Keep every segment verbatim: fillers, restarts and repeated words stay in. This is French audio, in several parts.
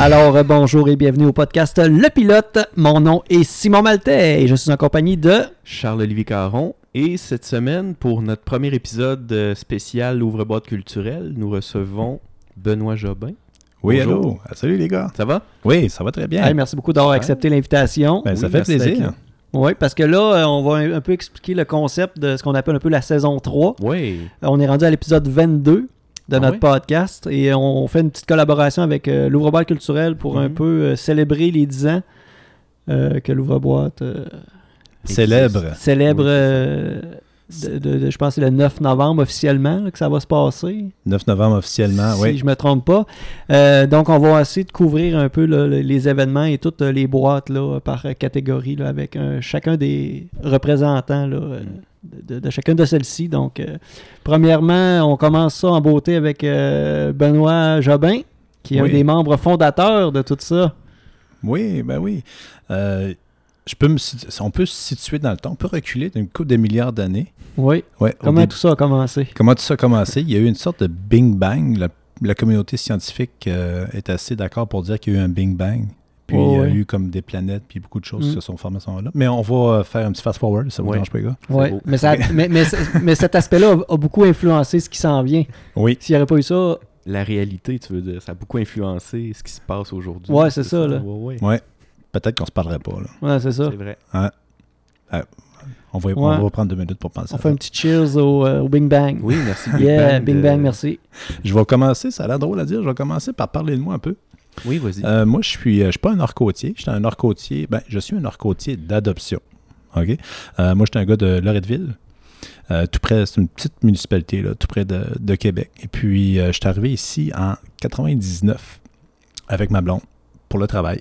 Alors, euh, bonjour et bienvenue au podcast Le Pilote. Mon nom est Simon Maltais et je suis en compagnie de... Charles-Olivier Caron. Et cette semaine, pour notre premier épisode spécial Ouvre-boîte culturelle, nous recevons Benoît Jobin. Oui, Bonjour. allô. Salut les gars. Ça va? Oui, ça va très bien. Hey, merci beaucoup d'avoir Ouais. accepté l'invitation. Ben, ça Oui, fait merci d'être plaisir. là. Oui, parce que là, euh, on va un, un peu expliquer le concept de ce qu'on appelle un peu la saison trois. Oui. Euh, On est rendu à l'épisode vingt-deux de Ah notre ouais? podcast et on fait une petite collaboration avec euh, l'Ouvre-boîte culturelle pour un Mhm. peu euh, célébrer les dix ans euh, que l'Ouvre-boîte euh, Célèbre. célèbre. Oui, c'est ça. euh, de- de- de- je pense que c'est le neuf novembre officiellement là, que ça va se passer. neuf novembre officiellement, si oui. je me trompe pas. Euh, donc, on va essayer de couvrir un peu là, le- les événements et toutes euh, les boîtes là, par euh, catégorie là, avec un- chacun des représentants là, euh, de, de- de chacune de celles-ci. Donc, euh, premièrement, on commence ça en beauté avec euh, Benoît Jobin, qui est Oui. un des membres fondateurs de tout ça. Oui, ben oui. Euh, je peux me, situ- on peut se situer dans le temps. On peut reculer d'une couple de milliards d'années. Oui. Ouais, au Comment début- tout ça a commencé? Comment tout ça a commencé? Il y a eu une sorte de Bing Bang. La, la communauté scientifique euh, est assez d'accord pour dire qu'il y a eu un Bing Bang. Puis Oh, il y a ouais. eu comme des planètes, puis beaucoup de choses Mm. qui se sont formées à ce moment-là. Mais on va euh, faire un petit fast-forward, ça vous Ouais. dérange pas, les gars? Ouais. beau. Mais, ça, mais, mais, mais cet aspect-là a, a beaucoup influencé ce qui s'en vient. Oui. S'il n'y aurait pas eu ça, La réalité, tu veux dire, ça a beaucoup influencé ce qui se passe aujourd'hui. Ouais, c'est ça, là. Ouais, ouais. Ouais. Peut-être qu'on se parlerait pas, là. ouais, c'est ça. C'est vrai. On va, Ouais. on va prendre deux minutes pour penser On à fait ça. un petit cheers au, euh, au Bing Bang. Oui, merci. Big Yeah, Bang Bing de- Bang, merci. Je vais commencer, ça a l'air drôle à dire, je vais commencer par parler de moi un peu. Oui, vas-y. Euh, moi, je suis, euh, je suis pas un nord-côtier. Je suis un nord-côtier. Ben, je suis un nord-côtier d'adoption. OK? Euh, moi, je suis un gars de Loretteville. Euh, tout près, c'est une petite municipalité, là, tout près de, de Québec. Et puis, euh, je suis arrivé ici en quatre-vingt-dix-neuf avec ma blonde pour le travail.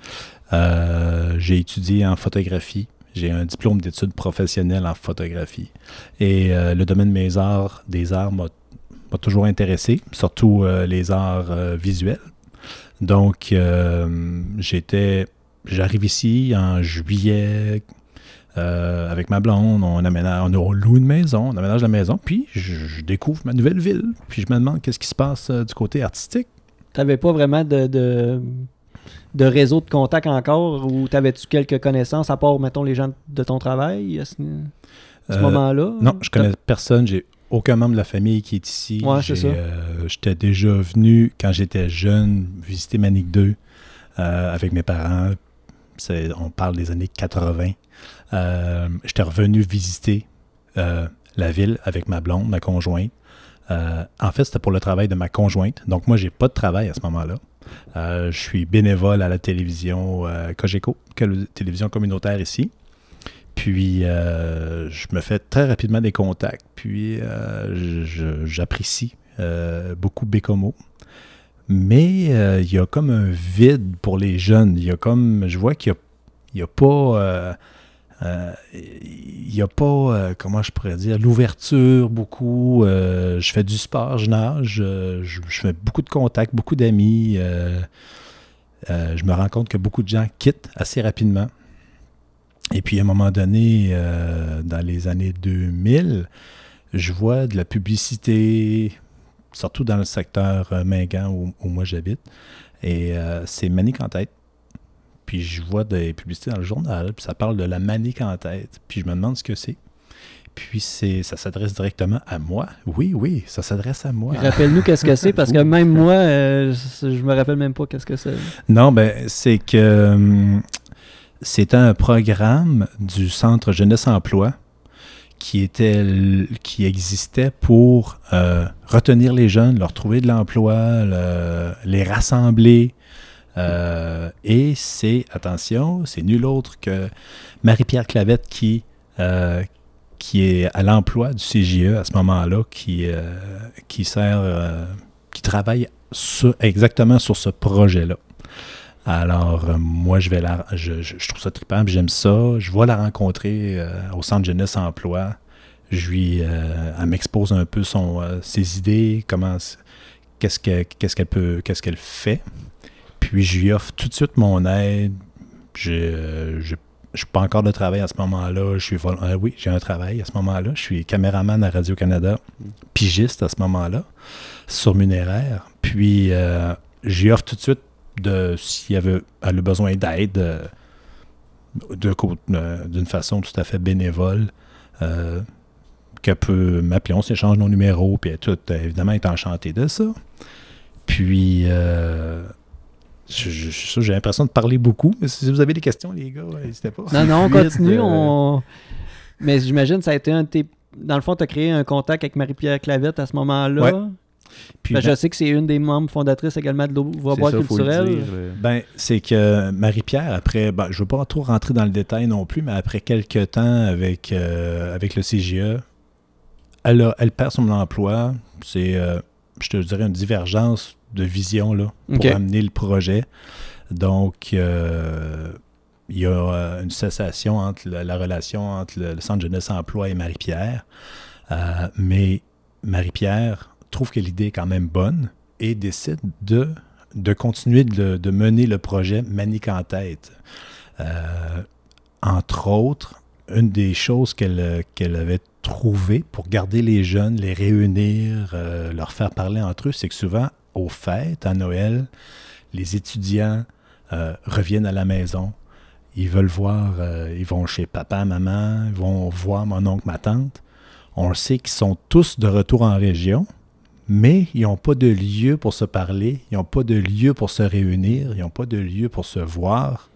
Euh, j'ai étudié en photographie. J'ai un diplôme d'études professionnelles en photographie. Et euh, le domaine de mes arts, des arts m'a, m'a toujours intéressé, surtout euh, les arts euh, visuels. Donc, euh, j'étais, j'arrive ici en juillet euh, avec ma blonde, on, aménage, on, on loue une maison, on aménage la maison, puis je, je découvre ma nouvelle ville, puis je me demande qu'est-ce qui se passe euh, du côté artistique. T'avais pas vraiment de, de, de réseau de contact encore ou t'avais-tu quelques connaissances à part, mettons, les gens de ton travail à ce, à ce Euh, moment-là? Non, je connais personne, j'ai aucun membre de la famille qui est ici. Ouais, c'est J'ai, ça. euh, j'étais déjà venu, quand j'étais jeune, visiter Manic deux euh, avec mes parents. C'est, on parle des années quatre-vingts. Euh, j'étais revenu visiter euh, la ville avec ma blonde, ma conjointe. Euh, en fait, c'était pour le travail de ma conjointe. Donc, moi, j'ai pas de travail à ce moment-là. Euh, je suis bénévole à la télévision euh, Cogeco, que la télévision communautaire ici. Puis, euh, je me fais très rapidement des contacts. Puis, euh, je- je- j'apprécie euh, beaucoup Bécomo. Mais euh, il y a comme un vide pour les jeunes. Il y a comme, je vois qu'il n'y a, il y a pas, euh, euh, il y a pas, euh, comment je pourrais dire, l'ouverture beaucoup. Euh, je fais du sport, je nage, euh, je, je fais beaucoup de contacts, beaucoup d'amis. euh, euh, je me rends compte que beaucoup de gens quittent assez rapidement. Et puis, à un moment donné, euh, dans les années deux mille, je vois de la publicité, surtout dans le secteur euh, Mingan où, où moi j'habite. Et euh, c'est Manic en tête. Puis je vois des publicités dans le journal, puis ça parle de la Manic en tête. Puis je me demande ce que c'est. Puis c'est, ça s'adresse directement à moi. Oui, oui, ça s'adresse à moi. Rappelle-nous qu'est-ce que c'est, parce que même moi, euh, je je me rappelle même pas qu'est-ce que c'est. Non, ben c'est que hum, c'était un programme du Centre Jeunesse Emploi qui était l- qui existait pour euh, retenir les jeunes, leur trouver de l'emploi, le- les rassembler. Euh, et c'est, attention, c'est nul autre que Marie-Pierre Clavette qui, euh, qui est à l'emploi du C J E à ce moment-là, qui, euh, qui sert, euh, qui travaille sur- exactement sur ce projet-là. Alors, euh, moi, je vais la, je, je, je trouve ça trippant, puis j'aime ça. Je vais la rencontrer euh, au Centre Jeunesse Emploi. Je lui, euh, elle m'expose un peu son, euh, ses idées, comment, qu'est-ce, que, qu'est-ce qu'elle peut, qu'est-ce qu'elle fait. Puis, je lui offre tout de suite mon aide. Je, je, je n'ai pas encore de travail à ce moment-là. Je suis vol- euh, oui, j'ai un travail à ce moment-là. Je suis caméraman à Radio-Canada, pigiste à ce moment-là, surnuméraire. Puis, euh, je lui offre tout de suite de si elle, veut, elle a besoin d'aide euh, de, euh, d'une façon tout à fait bénévole, euh, qu'elle peut m'appeler, on s'échange nos numéros, puis elle tout, évidemment, elle est enchantée de ça. Puis, euh, je, je, je, j'ai l'impression de parler beaucoup. Si vous avez des questions, les gars, n'hésitez pas. Non, non, on Fluide, continue. euh, On... Mais j'imagine que ça a été un de tes... Dans le fond, tu as créé un contact avec Marie-Pierre Clavette à ce moment-là. Ouais. Puis Ben, ben, je sais que c'est une des membres fondatrices également de l'Ouvre-Boîte C'est ça, faut le culturelle. dire, euh. ben, c'est que Marie-Pierre, après, ben, je ne veux pas trop rentrer dans le détail non plus, mais après quelques temps avec, euh, avec le C G E, elle, a, elle perd son emploi. C'est, euh, je te dirais, une divergence de vision là, pour Okay. amener le projet. Donc, euh, il y a euh, une cessation entre la, la relation entre le, le Centre Jeunesse Emploi et Marie-Pierre. Euh, mais Marie-Pierre trouve que l'idée est quand même bonne et décide de, de continuer de, de mener le projet Manique en tête. Euh, entre autres, une des choses qu'elle, qu'elle avait trouvées pour garder les jeunes, les réunir, euh, leur faire parler entre eux, c'est que souvent, aux fêtes, à Noël, les étudiants euh, reviennent à la maison. Ils veulent voir, euh, ils vont chez papa, maman, ils vont voir mon oncle, ma tante. On sait qu'ils sont tous de retour en région, mais ils n'ont pas de lieu pour se parler, ils n'ont pas de lieu pour se réunir, ils n'ont pas de lieu pour se voir.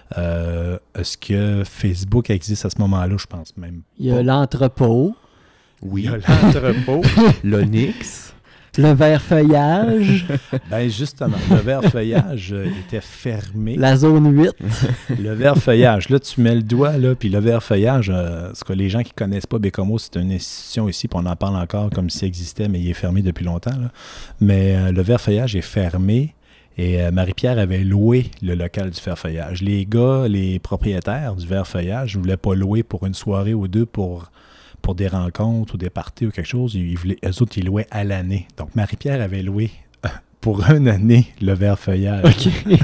Euh, est-ce que Facebook existe à ce moment-là? Je pense même Il y a pas. l'entrepôt, Oui. Il y a l'entrepôt. L'Onyx. le vert-feuillage, Ben justement, le vert-feuillage euh, était fermé. la zone huit. Le vert-feuillage, là, tu mets le doigt, là, puis le vert-feuillage, euh, ce que les gens qui ne connaissent pas Baie-Comeau, c'est une institution ici, puis on en parle encore comme s'il existait, mais il est fermé depuis longtemps. Là. Mais euh, le vert-feuillage est fermé et euh, Marie-Pierre avait loué le local du vert-feuillage. Les gars, les propriétaires du vert-feuillage ne voulaient pas louer pour une soirée ou deux pour, pour des rencontres ou des parties ou quelque chose. Ils voulaient, eux autres, ils louaient à l'année. Donc, Marie-Pierre avait loué euh, pour une année le vert-feuillage. OK.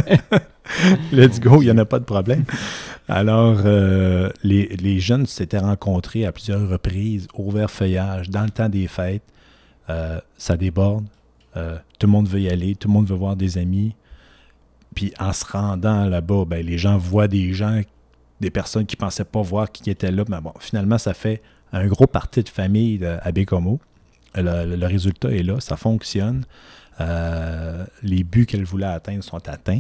Let's go, il n'y en a pas de problème. Alors, euh, les, les jeunes s'étaient rencontrés à plusieurs reprises au vert-feuillage, dans le temps des fêtes. Euh, ça déborde. Euh, tout le monde veut y aller, tout le monde veut voir des amis. Puis en se rendant là-bas, ben, les gens voient des gens, des personnes qui ne pensaient pas voir qui étaient là. Mais bon, finalement, ça fait un gros party de famille de, à Baie-Comeau. Le, le, le résultat est là, ça fonctionne. Euh, les buts qu'elle voulait atteindre sont atteints.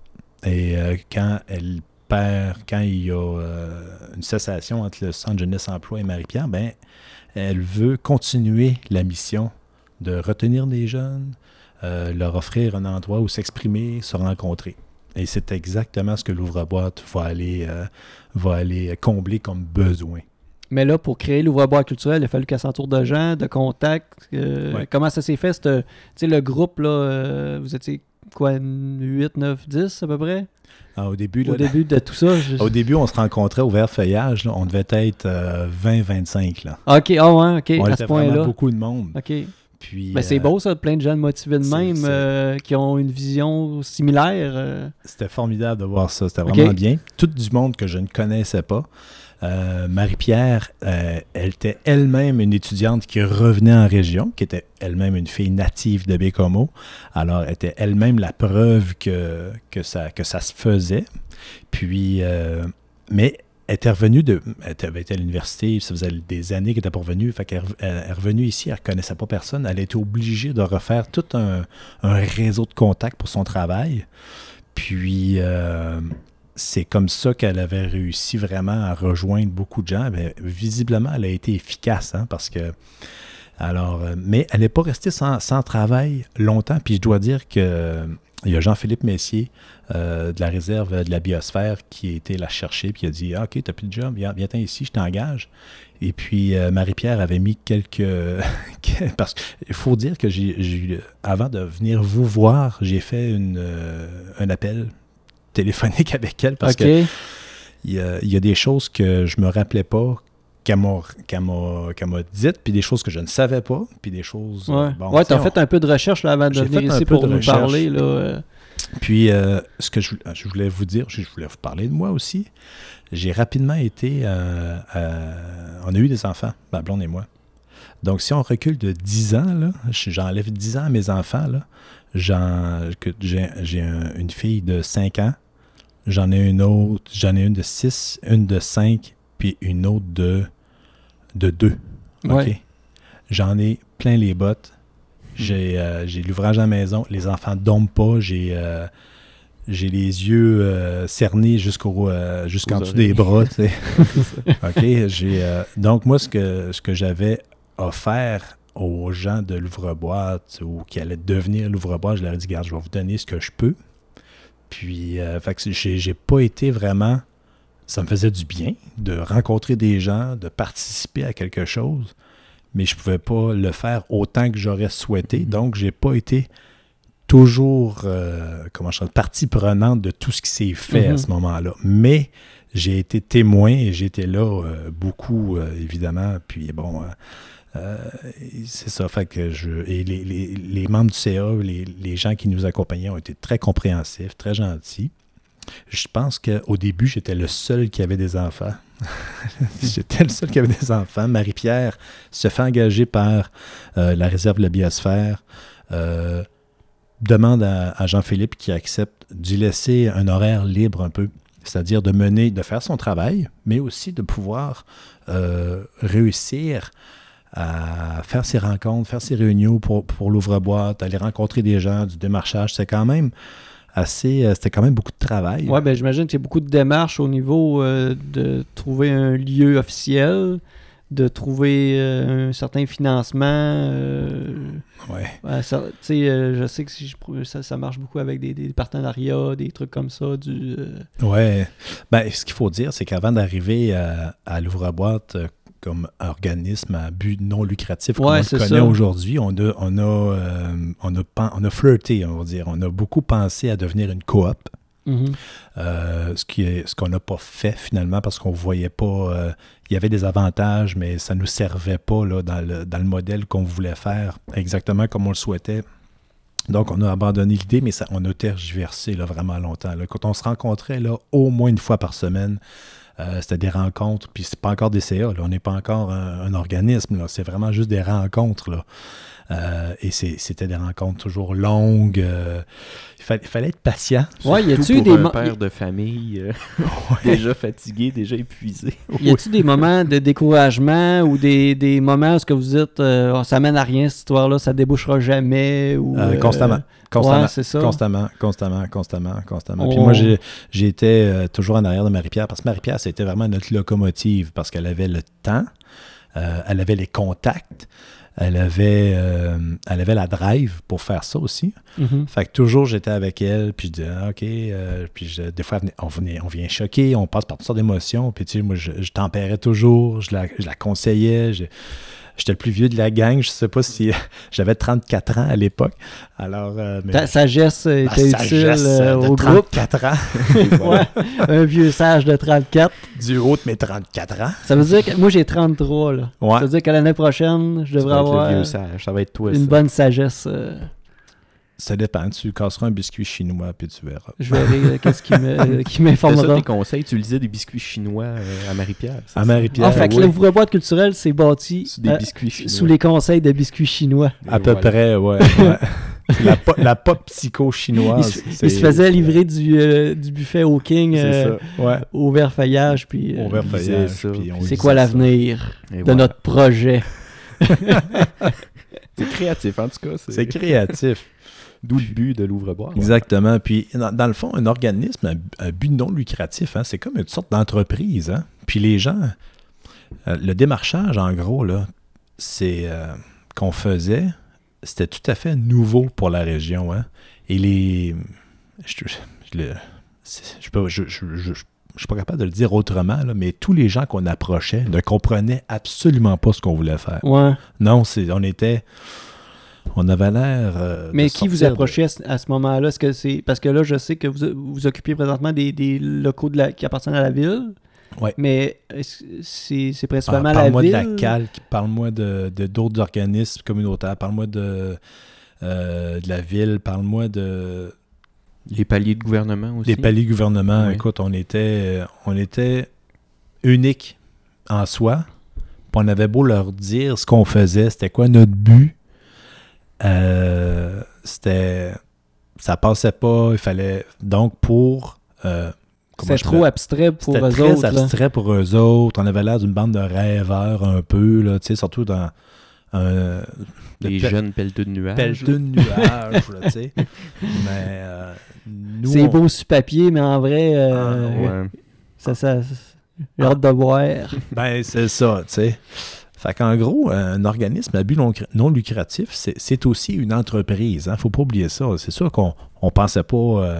Et euh, quand elle perd, quand il y a euh, une cessation entre le Centre Jeunesse Emploi et Marie-Pierre, ben, elle veut continuer la mission de retenir des jeunes, euh, leur offrir un endroit où s'exprimer, se rencontrer. Et c'est exactement ce que l'Ouvre-Boîte va aller, euh, va aller combler comme besoin. Mais là, pour créer l'Ouvre-Boîte culturelle, il a fallu qu'elle s'entoure de gens, de contacts. Euh, Ouais. Comment ça s'est fait? Tu sais, le groupe, là, euh, vous étiez quoi, huit, neuf, dix à peu près? Alors, au début, là, Au début de tout ça? Je... au début, on se rencontrait au vert-feuillage. Là, on devait être euh, vingt vingt-cinq. Là. OK, ah ouais, OK, on à était ce vraiment point-là. beaucoup de monde. OK. Puis, Ben, c'est euh, beau, ça, plein de gens motivés de c'est- même, c'est- euh, qui ont une vision similaire. euh. C'était formidable de voir ça. C'était vraiment Ok. bien. Tout du monde que je ne connaissais pas. Euh, Marie-Pierre, euh, elle était elle-même une étudiante qui revenait en région, qui était elle-même une fille native de Baie-Comeau. Alors, elle était elle-même la preuve que, que, ça, que ça se faisait. Puis, euh, mais elle était revenue de. Elle avait été à l'université, ça faisait des années qu'elle n'était pas revenue. Fait qu'elle elle est revenue ici, elle ne reconnaissait pas personne. Elle a été obligée de refaire tout un, un réseau de contacts pour son travail. Puis, euh, c'est comme ça qu'elle avait réussi vraiment à rejoindre beaucoup de gens. Mais visiblement, elle a été efficace, hein, parce que. Alors, euh, mais elle n'est pas restée sans, sans travail longtemps. Puis je dois dire que il y a Jean-Philippe Messier euh, de la réserve de la biosphère qui a été la chercher puis qui a dit ah, « OK, tu n'as plus de job, viens, viens-t'en ici, je t'engage. » Et puis euh, Marie-Pierre avait mis quelques... parce qu'il faut dire que j'ai, j'ai, avant de venir vous voir, j'ai fait une, euh, un appel téléphonique avec elle parce OK. que il y a, il y a des choses que je me rappelais pas qu'elle m'a, qu'elle m'a, qu'elle m'a dites, puis des choses que je ne savais pas, puis des choses... Ouais, bon, ouais tu as on- fait un peu de recherche là, avant de J'ai venir fait un ici peu pour de nous recherche. parler. Là, euh. Puis, euh, ce que je, je voulais vous dire, je voulais vous parler de moi aussi. J'ai rapidement été... Euh, euh, on a eu des enfants, ma blonde et moi. Donc, si on recule de dix ans, là, j'enlève dix ans à mes enfants, là, j'en, que j'ai, j'ai un, une fille de cinq ans, j'en ai une autre, j'en ai une de six, une de cinq, puis une autre de, de deux. OK? Ouais. J'en ai plein les bottes. J'ai, euh, j'ai l'ouvrage à la maison. Les enfants ne dorment pas. J'ai, euh, j'ai les yeux euh, cernés jusqu'au, euh, jusqu'en dessous des bras. Tu sais. OK? J'ai, euh, donc, moi, ce que, ce que j'avais offert aux gens de l'ouvre-boîte ou qui allaient devenir l'ouvre-boîte, je leur ai dit, regarde, je vais vous donner ce que je peux. Puis, euh, fait que j'ai, j'ai pas été vraiment... Ça me faisait du bien de rencontrer des gens, de participer à quelque chose, mais je ne pouvais pas le faire autant que j'aurais souhaité. Donc, je n'ai pas été toujours, euh, comment je dirais, partie prenante de tout ce qui s'est fait mm-hmm. à ce moment-là. Mais j'ai été témoin et j'étais là euh, beaucoup, euh, évidemment. Puis, bon, euh, euh, c'est ça. Fait que je, et les, les, les membres du C A, les, les gens qui nous accompagnaient ont été très compréhensifs, très gentils. Je pense qu'au début, j'étais le seul qui avait des enfants. J'étais le seul qui avait des enfants. Marie-Pierre se fait engager par euh, la réserve de la biosphère, euh, demande à, à Jean-Philippe qui accepte d'y laisser un horaire libre un peu, c'est-à-dire de mener, de faire son travail, mais aussi de pouvoir euh, réussir à faire ses rencontres, faire ses réunions pour, pour l'ouvre-boîte, aller rencontrer des gens, du démarchage. C'est quand même... Assez, euh, c'était quand même beaucoup de travail. Oui, ben j'imagine qu'il y a beaucoup de démarches au niveau euh, de trouver un lieu officiel, de trouver euh, un certain financement. Euh, oui. Euh, tu sais, euh, je sais que si je, ça, ça marche beaucoup avec des, des partenariats, des trucs comme ça. Du, euh... Oui. Ben, ce qu'il faut dire, c'est qu'avant d'arriver à, à l'ouvre-boîte comme organisme à but non lucratif comme ouais, on le connaît ça. aujourd'hui, on a, on, a, euh, on, a, on a flirté, on va dire. On a beaucoup pensé à devenir une coop. Mm-hmm. Euh, ce, qui est, ce qu'on n'a pas fait finalement parce qu'on ne voyait pas... Euh, il y avait des avantages, mais ça ne nous servait pas là, dans, le, dans le modèle qu'on voulait faire exactement comme on le souhaitait. Donc, on a abandonné l'idée, mais ça, on a tergiversé là, vraiment longtemps. Là. Quand on se rencontrait là, au moins une fois par semaine, Euh, c'était des rencontres, puis c'est pas encore des C A, là. On n'est pas encore un, un organisme, là. C'est vraiment juste des rencontres, là. Euh, et c'est, c'était des rencontres toujours longues. Euh, il, fa- il fallait être patient. Ouais, y a-tu pour des un mo- père de famille euh, ouais. déjà fatigué, déjà épuisé. Y a-tu des moments de découragement ou des, des moments où ce que vous dites euh, oh, ça mène à rien cette histoire-là, ça débouchera jamais ou Euh, euh, constamment. Constamment, ouais, c'est ça. constamment, constamment, constamment, constamment. Oh. Puis moi, j'ai, j'ai été euh, toujours en arrière de Marie-Pierre, parce que Marie-Pierre, c'était vraiment notre locomotive, parce qu'elle avait le temps, euh, elle avait les contacts, elle avait, euh, elle avait la drive pour faire ça aussi. Mm-hmm. Fait que toujours, j'étais avec elle, puis je disais, ah, OK, euh, puis je, des fois, on, venait, on vient choquer, on passe par toutes sortes d'émotions, puis tu sais, moi, je, je tempérais toujours, je la, je la conseillais, je, J'étais le plus vieux de la gang. Je ne sais pas si... J'avais trente-quatre ans à l'époque. Alors... Euh, mais Ta sagesse était ma utile sagesse, euh, de au groupe. trente-quatre ans. Ouais, un vieux sage de trente-quatre. Du haut de mes trente-quatre ans. Ça veut dire que... Moi, j'ai trente-trois, là. Ouais. Ça veut dire qu'à l'année prochaine, je devrais Ça va être avoir le vieux sage. Ça va être toi, une ça. bonne sagesse. Euh... Ça dépend. Tu casseras un biscuit chinois, puis tu verras. Je verrai euh, qu'est-ce qui, me, euh, qui C'est m'informera. ça tes conseils. Tu lisais des biscuits chinois euh, à Marie-Pierre. À Marie-Pierre, Ah, fait que oui. l'ouvre-boîte culturelle s'est bâti Sous des euh, biscuits chinois. sous les conseils de biscuits chinois. À Et peu voilà. près, ouais. ouais. la, po- la pop psycho-chinoise. Il, se- c'est- il se faisait livrer du, euh, du buffet au King C'est euh, ça. Ouais. au vert feuillage. Puis, euh, On va lisait faire ça. puis on c'est lisait quoi ça. l'avenir Et de voilà. notre projet? C'est créatif, en tout cas. C'est, C'est créatif. D'où le but de l'ouvre-boîte. Exactement. Puis, dans, dans le fond, un organisme à, à but non lucratif, hein, c'est comme une sorte d'entreprise. Hein? Puis les gens, euh, le démarchage, en gros, là, c'est euh, qu'on faisait, c'était tout à fait nouveau pour la région. Hein? Et les... Je, je, le- c'est- je, peux- je, je, je, je je suis pas capable de le dire autrement, là, mais tous les gens qu'on approchait ne comprenaient absolument pas ce qu'on voulait faire. Ouais. Non, c'est, on était... On avait l'air... euh, Mais de qui vous sortir de- approchez à ce, à ce moment-là? Est-ce que c'est... Parce que là, je sais que vous vous occupez présentement des, des locaux de la... qui appartiennent à la ville. Ouais. Mais est-ce- c'est, c'est Ah, principalement la parle-moi ville. de la calque, parle-moi de, de d'autres organismes communautaires, parle-moi de, euh, de la ville, parle-moi de Les paliers de gouvernement aussi. des paliers de gouvernement. Oui. Écoute, on était, on était unique en soi. Puis on avait beau leur dire ce qu'on faisait, c'était quoi notre but, euh, c'était... ça passait pas, il fallait... Donc, pour... Euh, C'était trop peux... abstrait pour c'était eux très autres. C'était abstrait pour eux autres. On avait l'air d'une bande de rêveurs un peu, là, tu sais, surtout dans... Euh, Les pe- jeunes pelleteux de nuages. pelleteux de nuages, là, tu sais. Mais euh, nous, C'est on- beau sur papier, mais en vrai, euh, Ah, ouais. ça, ça, j'ai hâte de voir. Ben, c'est ça, tu sais. Fait qu'en gros, un organisme à but non, non lucratif, c'est, c'est aussi une entreprise. Il ne faut pas oublier ça. C'est sûr qu'on ne pensait pas euh,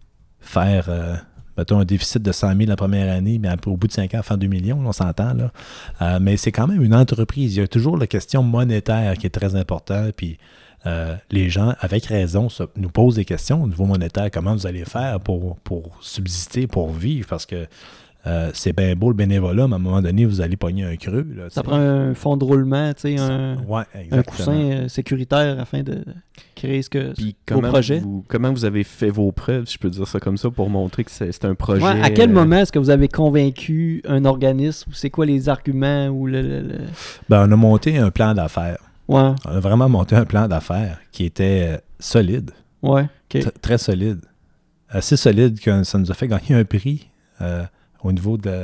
faire, euh, mettons, un déficit de cent mille la première année, mais au bout de cinq ans, faire deux millions, là, on s'entend. Là. Euh, mais c'est quand même une entreprise. Il y a toujours la question monétaire qui est très importante. Puis euh, les gens, avec raison, se, nous posent des questions au niveau monétaire. Comment vous allez faire pour, pour subsister, pour vivre? Parce que Euh, c'est bien beau le bénévolat, mais à un moment donné, vous allez pogner un creux. Là, Ça prend un fond de roulement, tu sais, un, ouais, un coussin euh, sécuritaire afin de créer ce que Puis vos comment projets. vous, comment vous avez fait vos preuves, si je peux dire ça comme ça, pour montrer que c'est, c'est un projet... Ouais, à quel euh, moment est-ce que vous avez convaincu un organisme? C'est quoi les arguments? Ou le, le, le... Ben, on a monté un plan d'affaires. Ouais, On a vraiment monté un plan d'affaires qui était euh, solide, ouais, ok. t- très solide. Assez solide que ça nous a fait gagner un prix euh, au niveau de,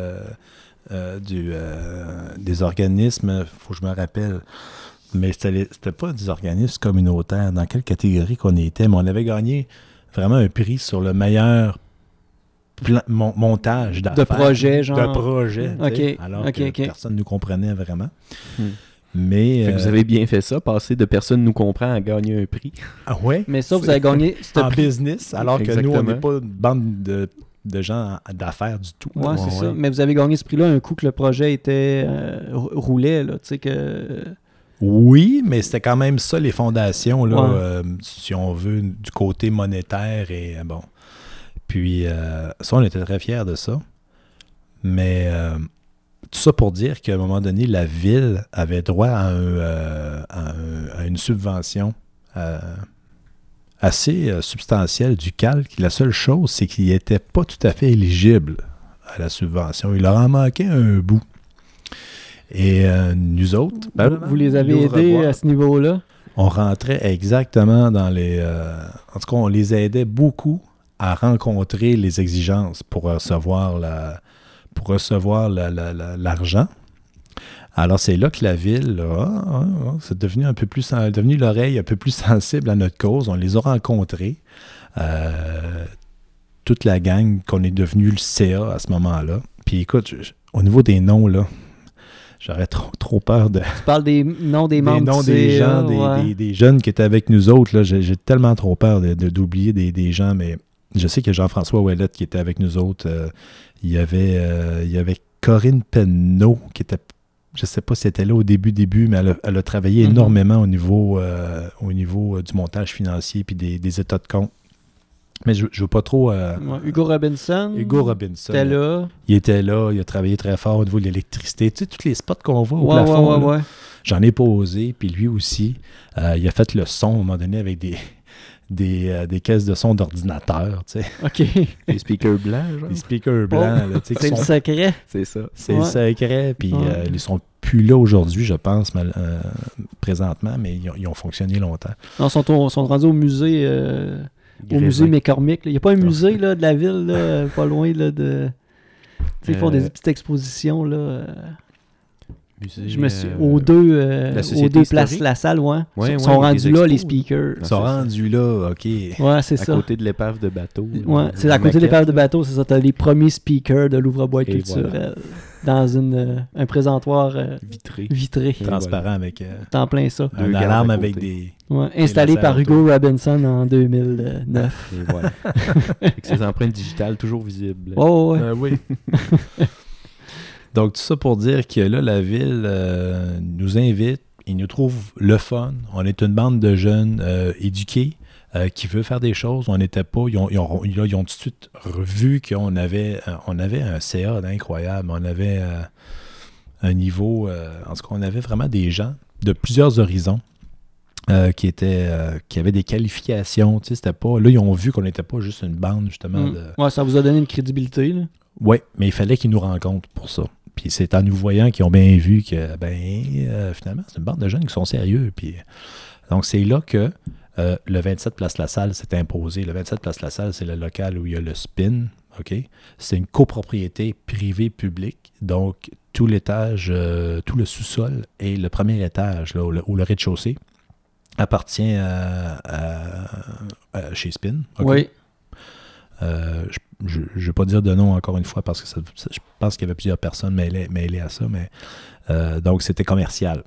euh, du, euh, des organismes. Il faut que je me rappelle. Mais c'était, les- c'était pas des organismes communautaires. Dans quelle catégorie qu'on était? Mais on avait gagné vraiment un prix sur le meilleur plan- mon- montage d'affaires. De projet, genre. De projet. tu sais, Ok, alors ok, que ok. personne ne nous comprenait vraiment. Hmm. Mais... Fait que euh, vous avez bien fait ça, passer de personne nous comprend à gagner un prix. Ah ouais? Mais ça, vous avez gagné. ce En prix- business, alors que nous, on Exactement. n'est pas une bande de, de gens d'affaires du tout. Ouais, là. c'est Ouais. ça. Mais vous avez gagné ce prix-là un coup que le projet était euh, rou- roulait, là. Tu sais que. Oui, mais c'était quand même ça, les fondations, là, Ouais. euh, si on veut, du côté monétaire. Et euh, bon. Puis, euh, ça, on était très fiers de ça. Mais euh, tout ça pour dire qu'à un moment donné, la ville avait droit à, un, euh, à, un- à une subvention euh, assez euh, substantielle du calque. La seule chose, c'est qu'il n'était pas tout à fait éligible à la subvention. Il leur en manquait un bout. Et euh, nous autres, vous, vous les avez l'ouvre-boîte, aidés à ce niveau-là. on rentrait exactement dans les... euh, en tout cas, on les aidait beaucoup à rencontrer les exigences pour recevoir la, pour recevoir la- la- la- l'argent. Alors, c'est là que la ville, là, ah, ah, ah, c'est devenu un peu plus, sen- devenu l'oreille un peu plus sensible à notre cause. On les a rencontrés. Euh, toute la gang qu'on est devenu le C A à ce moment-là. Puis écoute, je- je- au niveau des noms, là, j'aurais trop, trop peur de... Tu parles des noms des des membres noms du des C A, gens, des, ouais. des- des jeunes qui étaient avec nous autres. Là, j'ai, j'ai tellement trop peur de, de- d'oublier des, des gens, mais je sais que Jean-François Ouellette qui était avec nous autres. Euh, il, y avait, euh, il y avait Corinne Penneau qui était, je sais pas si elle était là au début, début, mais elle a, elle a travaillé Mhm. énormément au niveau, euh, au niveau euh, du montage financier puis des, des états de compte. Mais je ne veux pas trop... euh, Ouais, Hugo Robinson. Hugo Robinson. Était là. Il était là, il a travaillé très fort au niveau de l'électricité. Tu sais, tous les spots qu'on voit au Ouais, ouais, plafond, ouais, là. ouais. J'en ai posé, puis lui aussi, euh, il a fait le son à un moment donné avec des, des, euh, des caisses de son d'ordinateur, tu sais, OK. Les speakers blancs, genre. des speakers blancs, là, tu sais, qui C'est le sont- secret. C'est ça. c'est Ouais. secret, puis Ouais. euh, ils sont plus là aujourd'hui, je pense, mal- euh, présentement, mais ils ont, ils ont fonctionné longtemps. Non, ils sont, au- sont rendus au musée, euh, au Grévin. musée McCormick. là. Il n'y a pas un musée là, de la ville, là, pas loin là, de. Tu sais, ils font Euh, des petites expositions. Là, euh, Musée, je me suis. euh, Aux deux, euh, la aux Société deux places historique. La Salle, ouais. Ouais, Ils ouais, sont avec rendus les là, les expos. speakers. Ils sont c'est ça. rendus là, OK. Ouais, c'est à ça. côté de l'épave de bateau. Ouais, c'est à côté de l'épave de bateau, c'est ça. T'as les premiers speakers de l'ouvre-boîte Et culturel dans une, euh, un présentoir euh, Vitré. vitré. Et Transparent voilà. avec euh, T'en plein ça. un Deux gardes alarme à avec côté. des... Ouais, installé la par serre Hugo Robinson en deux mille neuf. Et voilà. Avec ses empreintes digitales toujours visibles. Oh, ouais. Euh, oui. Donc, tout ça pour dire que là, la ville euh, nous invite, ils nous trouvent le fun. On est une bande de jeunes euh, éduqués euh, qui veulent faire des choses. On n'était pas... Ils ont, ils, ont, là, ils ont tout de suite revu qu'on avait, euh, on avait un C A incroyable. On avait euh, un niveau... euh, en tout cas, on avait vraiment des gens de plusieurs horizons euh, qui étaient euh, qui avaient des qualifications. Tu sais, c'était pas... Là, ils ont vu qu'on n'était pas juste une bande, justement, Mm. de... Ouais, ça vous a donné une crédibilité. Là. Oui, mais il fallait qu'ils nous rencontrent pour ça. Puis c'est en nous voyant qu'ils ont bien vu que, ben, euh, finalement, c'est une bande de jeunes qui sont sérieux. Puis, donc, c'est là que euh, le vingt-sept Place La Salle s'est imposé. Le vingt-sept Place La Salle, c'est le local où il y a le Spin. OK? C'est une copropriété privée-publique. Donc, tout l'étage, euh, tout le sous-sol et le premier étage, là, ou le, ou le rez-de-chaussée, appartient à, à, à chez Spin. Okay? Oui. Euh, je ne vais pas dire de nom encore une fois parce que ça, ça, je pense qu'il y avait plusieurs personnes mêlées, mêlées à ça, mais euh, donc c'était commercial.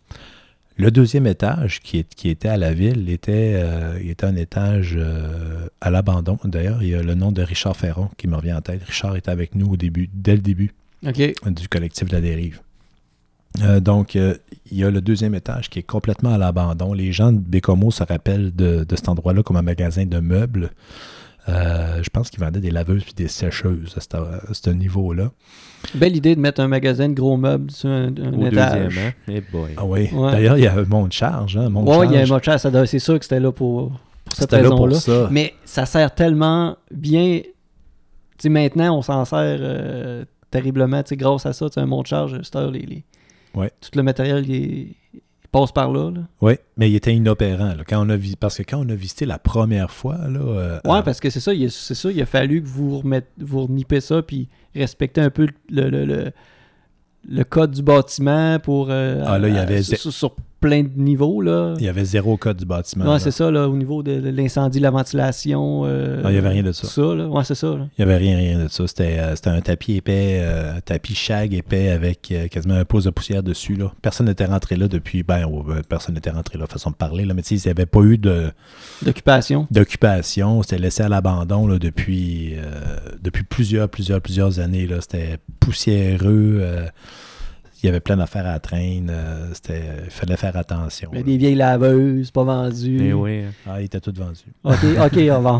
Le deuxième étage qui, est, qui était à la ville était, euh, il était un étage euh, à l'abandon. D'ailleurs, il y a le nom de Richard Ferron qui me revient en tête. Richard était avec nous au début, dès le début okay. du collectif de la dérive. Euh, donc, euh, il y a le deuxième étage qui est complètement à l'abandon. Les gens de Bécomo se rappellent de, de cet endroit-là comme un magasin de meubles. Euh, je pense qu'ils vendaient des laveuses et des sécheuses à ce, à ce niveau-là. Belle idée de mettre un magasin de gros meubles sur un, un Au étage. deuxième, hein? Hey boy. Ah oui. Ouais. D'ailleurs, il y a un monte charge. Hein, monte Oui, charge. il y a un mode charge. Ça doit- C'est sûr que c'était là pour, pour cette C'était là pour raison-là. ça. Mais ça sert tellement bien. Tu sais, maintenant, on s'en sert euh, terriblement. Tu sais, grâce à ça, tu sais, un monte charge, cette heure, les, les... Ouais. tout le matériel, il, il passe par là. là. Oui, mais il était inopérant. Là, quand on a vi- parce que quand on a visité la première fois... Là, euh, Ouais, euh, parce que c'est ça, il, a- c'est ça, il a fallu que vous remette, vous renippez ça puis respectez un peu le, le, le, le code du bâtiment pour euh, Ah, là, il y à- avait- sur, sur- sur plein de niveaux. Là. il y avait zéro code du bâtiment. Ouais, là. c'est ça, là, au niveau de, de l'incendie, la ventilation. euh, Non, il y avait rien de ça. tout ça là. Ouais, c'est ça. Là. Il n'y avait rien, rien de ça. C'était, euh, c'était un tapis épais, euh, un tapis shag épais avec euh, quasiment un pouce de poussière dessus. Là. Personne n'était rentré là depuis... Ben, oh, ben, personne n'était rentré là, façon de parler. Là, mais tu sais, il n'y avait pas eu de, D'occupation. d'occupation. C'était laissé à l'abandon là, depuis, euh, depuis plusieurs, plusieurs, plusieurs années. Là. C'était poussiéreux. euh, il y avait plein d'affaires à traîne. euh, c'était, il fallait faire attention. Il y a là. des vieilles laveuses, pas vendues. Mais oui. hein. Ah, il était tout vendu. OK, OK, au revoir.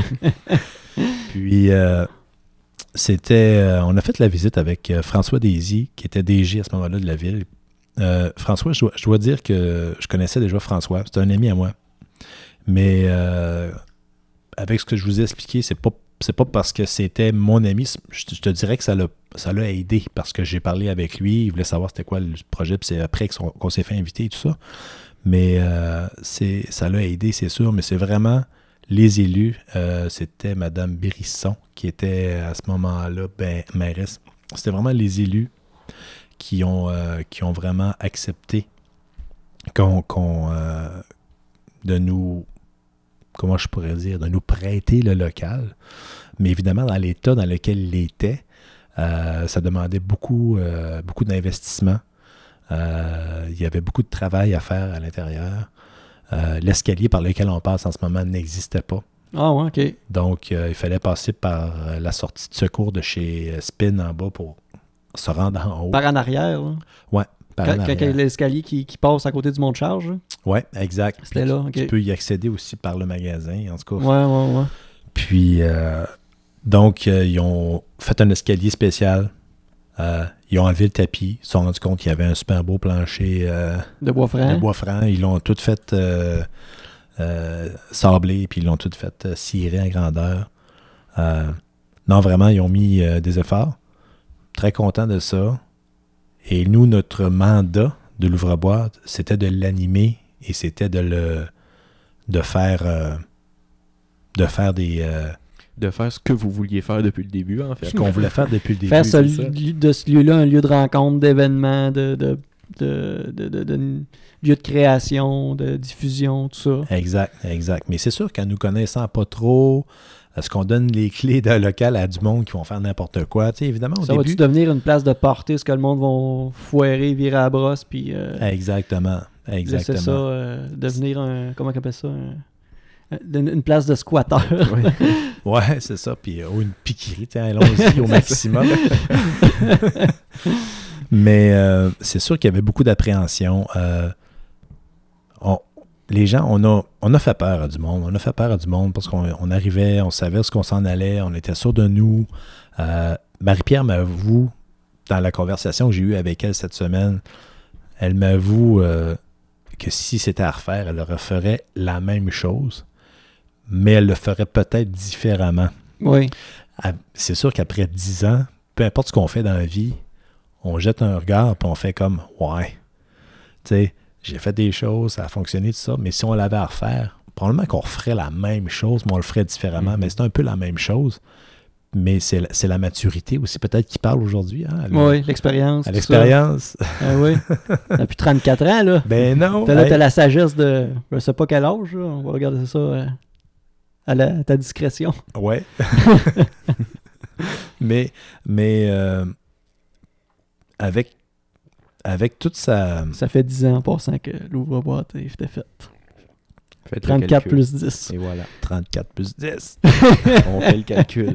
Puis, euh, c'était... euh, on a fait la visite avec euh, François Désy, qui était D G à ce moment-là de la ville. Euh, François, je dois, je dois dire que je connaissais déjà François. C'est un ami à moi. Mais euh, avec ce que je vous ai expliqué, c'est pas, c'est pas parce que c'était mon ami. Je, te- je te dirais que ça l'a, ça l'a aidé parce que j'ai parlé avec lui. Il voulait savoir c'était quoi le projet. Puis c'est après qu'on, qu'on s'est fait inviter et tout ça. Mais euh, c'est, ça l'a aidé, c'est sûr. Mais c'est vraiment... Les élus, euh, c'était Mme Brisson qui était à ce moment-là ben, mairesse. C'était vraiment les élus qui ont, euh, qui ont vraiment accepté qu'on, qu'on, euh, de nous, comment je pourrais dire, de nous prêter le local. Mais évidemment, dans l'état dans lequel il était, euh, ça demandait beaucoup, euh, beaucoup d'investissement. Euh, il y avait beaucoup de travail à faire à l'intérieur. Euh, l'escalier par lequel on passe en ce moment n'existait pas. Ah ouais, OK. Donc, euh, il fallait passer par euh, la sortie de secours de chez euh, Spin en bas pour se rendre en haut. Par en arrière, là. Ouais, par Quand, en quand arrière. il y a l'escalier qui, qui passe à côté du monte charge. là. Ouais, exact. C'était Puis là, tu- ok. Tu peux y accéder aussi par le magasin, en tout cas. Ouais, ouais, ouais. Puis, euh, donc, euh, ils ont fait un escalier spécial. Euh, ils ont enlevé le tapis. Ils se sont rendus compte qu'il y avait un super beau plancher euh, De bois franc. de bois franc. Ils l'ont tout fait euh, euh, sabler, puis ils l'ont tout fait euh, cirer en grandeur. Euh, non, vraiment, ils ont mis euh, des efforts. Très content de ça. Et nous, notre mandat de l'ouvre-boîte, c'était de l'animer et c'était de le de faire euh, de faire des euh, De faire ce que vous vouliez faire depuis le début, en fait. ce qu'on voulait faire depuis le début. Faire ce c'est ça. lieu- de ce lieu-là un lieu de rencontre, d'événement, de, de, de, de, de- de lieu de création, de diffusion, tout ça. Exact, exact. Mais c'est sûr qu'en nous connaissant pas trop, est-ce qu'on donne les clés d'un local à du monde qui vont faire n'importe quoi? Tu sais, évidemment, au Ça début... va-tu devenir une place de party, ce que le monde va foirer, virer à la brosse, puis euh, Exactement, laisser exactement. ça euh, devenir un... Comment on appelle ça? un- une, une place de squatteur. Oui. Ouais, c'est ça. Puis euh, oh, une piquerie, tiens, allons-y au maximum. Mais euh, c'est sûr qu'il y avait beaucoup d'appréhension. Euh, on- les gens, on a, on a fait peur à du monde. On a fait peur à du monde parce qu'on on arrivait, on savait ce qu'on s'en allait, on était sûr de nous. Euh, Marie-Pierre m'avoue, dans la conversation que j'ai eue avec elle cette semaine, elle m'avoue euh, que si c'était à refaire, elle referait la même chose, mais elle le ferait peut-être différemment. Oui. À- C'est sûr qu'après dix ans, peu importe ce qu'on fait dans la vie, on jette un regard, puis on fait comme, ouais, tu sais, j'ai fait des choses, ça a fonctionné, tout ça, mais si on l'avait à refaire, probablement qu'on referait la même chose, mais on le ferait différemment, mm-hmm. mais c'est un peu la même chose. Mais c'est la, c'est la maturité aussi, peut-être, qui parle aujourd'hui. Hein, oui, l'expérience. À l'expérience. Ah oui. Depuis trente-quatre ans, là. Ben non. T'as, là, hey. t'as la sagesse de, je sais pas quel âge, là. On va regarder ça euh, à, la, à ta discrétion. Ouais. mais, mais euh, avec, avec toute sa... Ça fait dix ans en passant que l'ouvre-boîte était faite. trente-quatre plus dix. Et voilà. trente-quatre plus dix. On fait le calcul.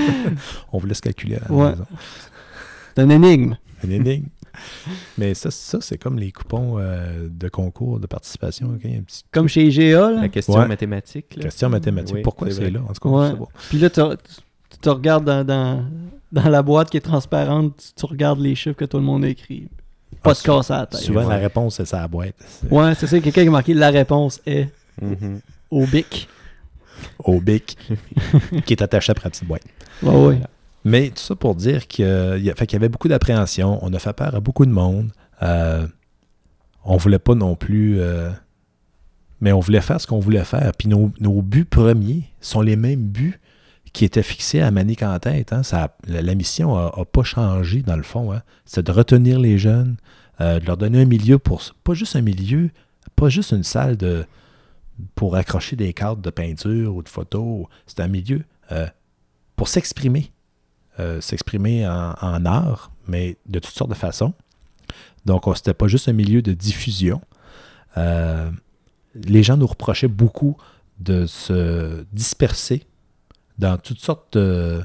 On vous laisse calculer à la ouais. maison. C'est une énigme. Une énigme. Mais ça, ça c'est comme les coupons euh, de concours de participation. Okay? Un petit... Comme chez I G A. Là. La question ouais. mathématique. Là. Question mathématique. Oui, Pourquoi c'est, c'est là? En tout cas, ouais. c'est bon. Puis là, tu te regardes dans, dans, dans la boîte qui est transparente, tu, tu regardes les chiffres que tout le monde a écrit. Pas ah, de casse à la tête. Souvent, ouais. la réponse, c'est ça la boîte. C'est... Ouais, c'est ça. Quelqu'un qui a marqué la réponse est... Mm-hmm. Au bic. Au bic. Qui est attaché après la petite boîte. Ouais, ouais. Mais tout ça pour dire qu'il y, a, fait qu'il y avait beaucoup d'appréhension. On a fait peur à beaucoup de monde. Euh, on voulait pas non plus... Euh, mais on voulait faire ce qu'on voulait faire. Puis nos, nos buts premiers sont les mêmes buts qui étaient fixés à Manic en tête. Hein. Ça, la, la mission n'a pas changé, dans le fond. Hein. C'est de retenir les jeunes, euh, de leur donner un milieu pour... Pas juste un milieu, pas juste une salle de... pour accrocher des cadres de peinture ou de photos. C'est un milieu euh, pour s'exprimer. Euh, s'exprimer en, en art, mais de toutes sortes de façons. Donc, c'était pas juste un milieu de diffusion. Euh, les gens nous reprochaient beaucoup de se disperser dans toutes sortes de,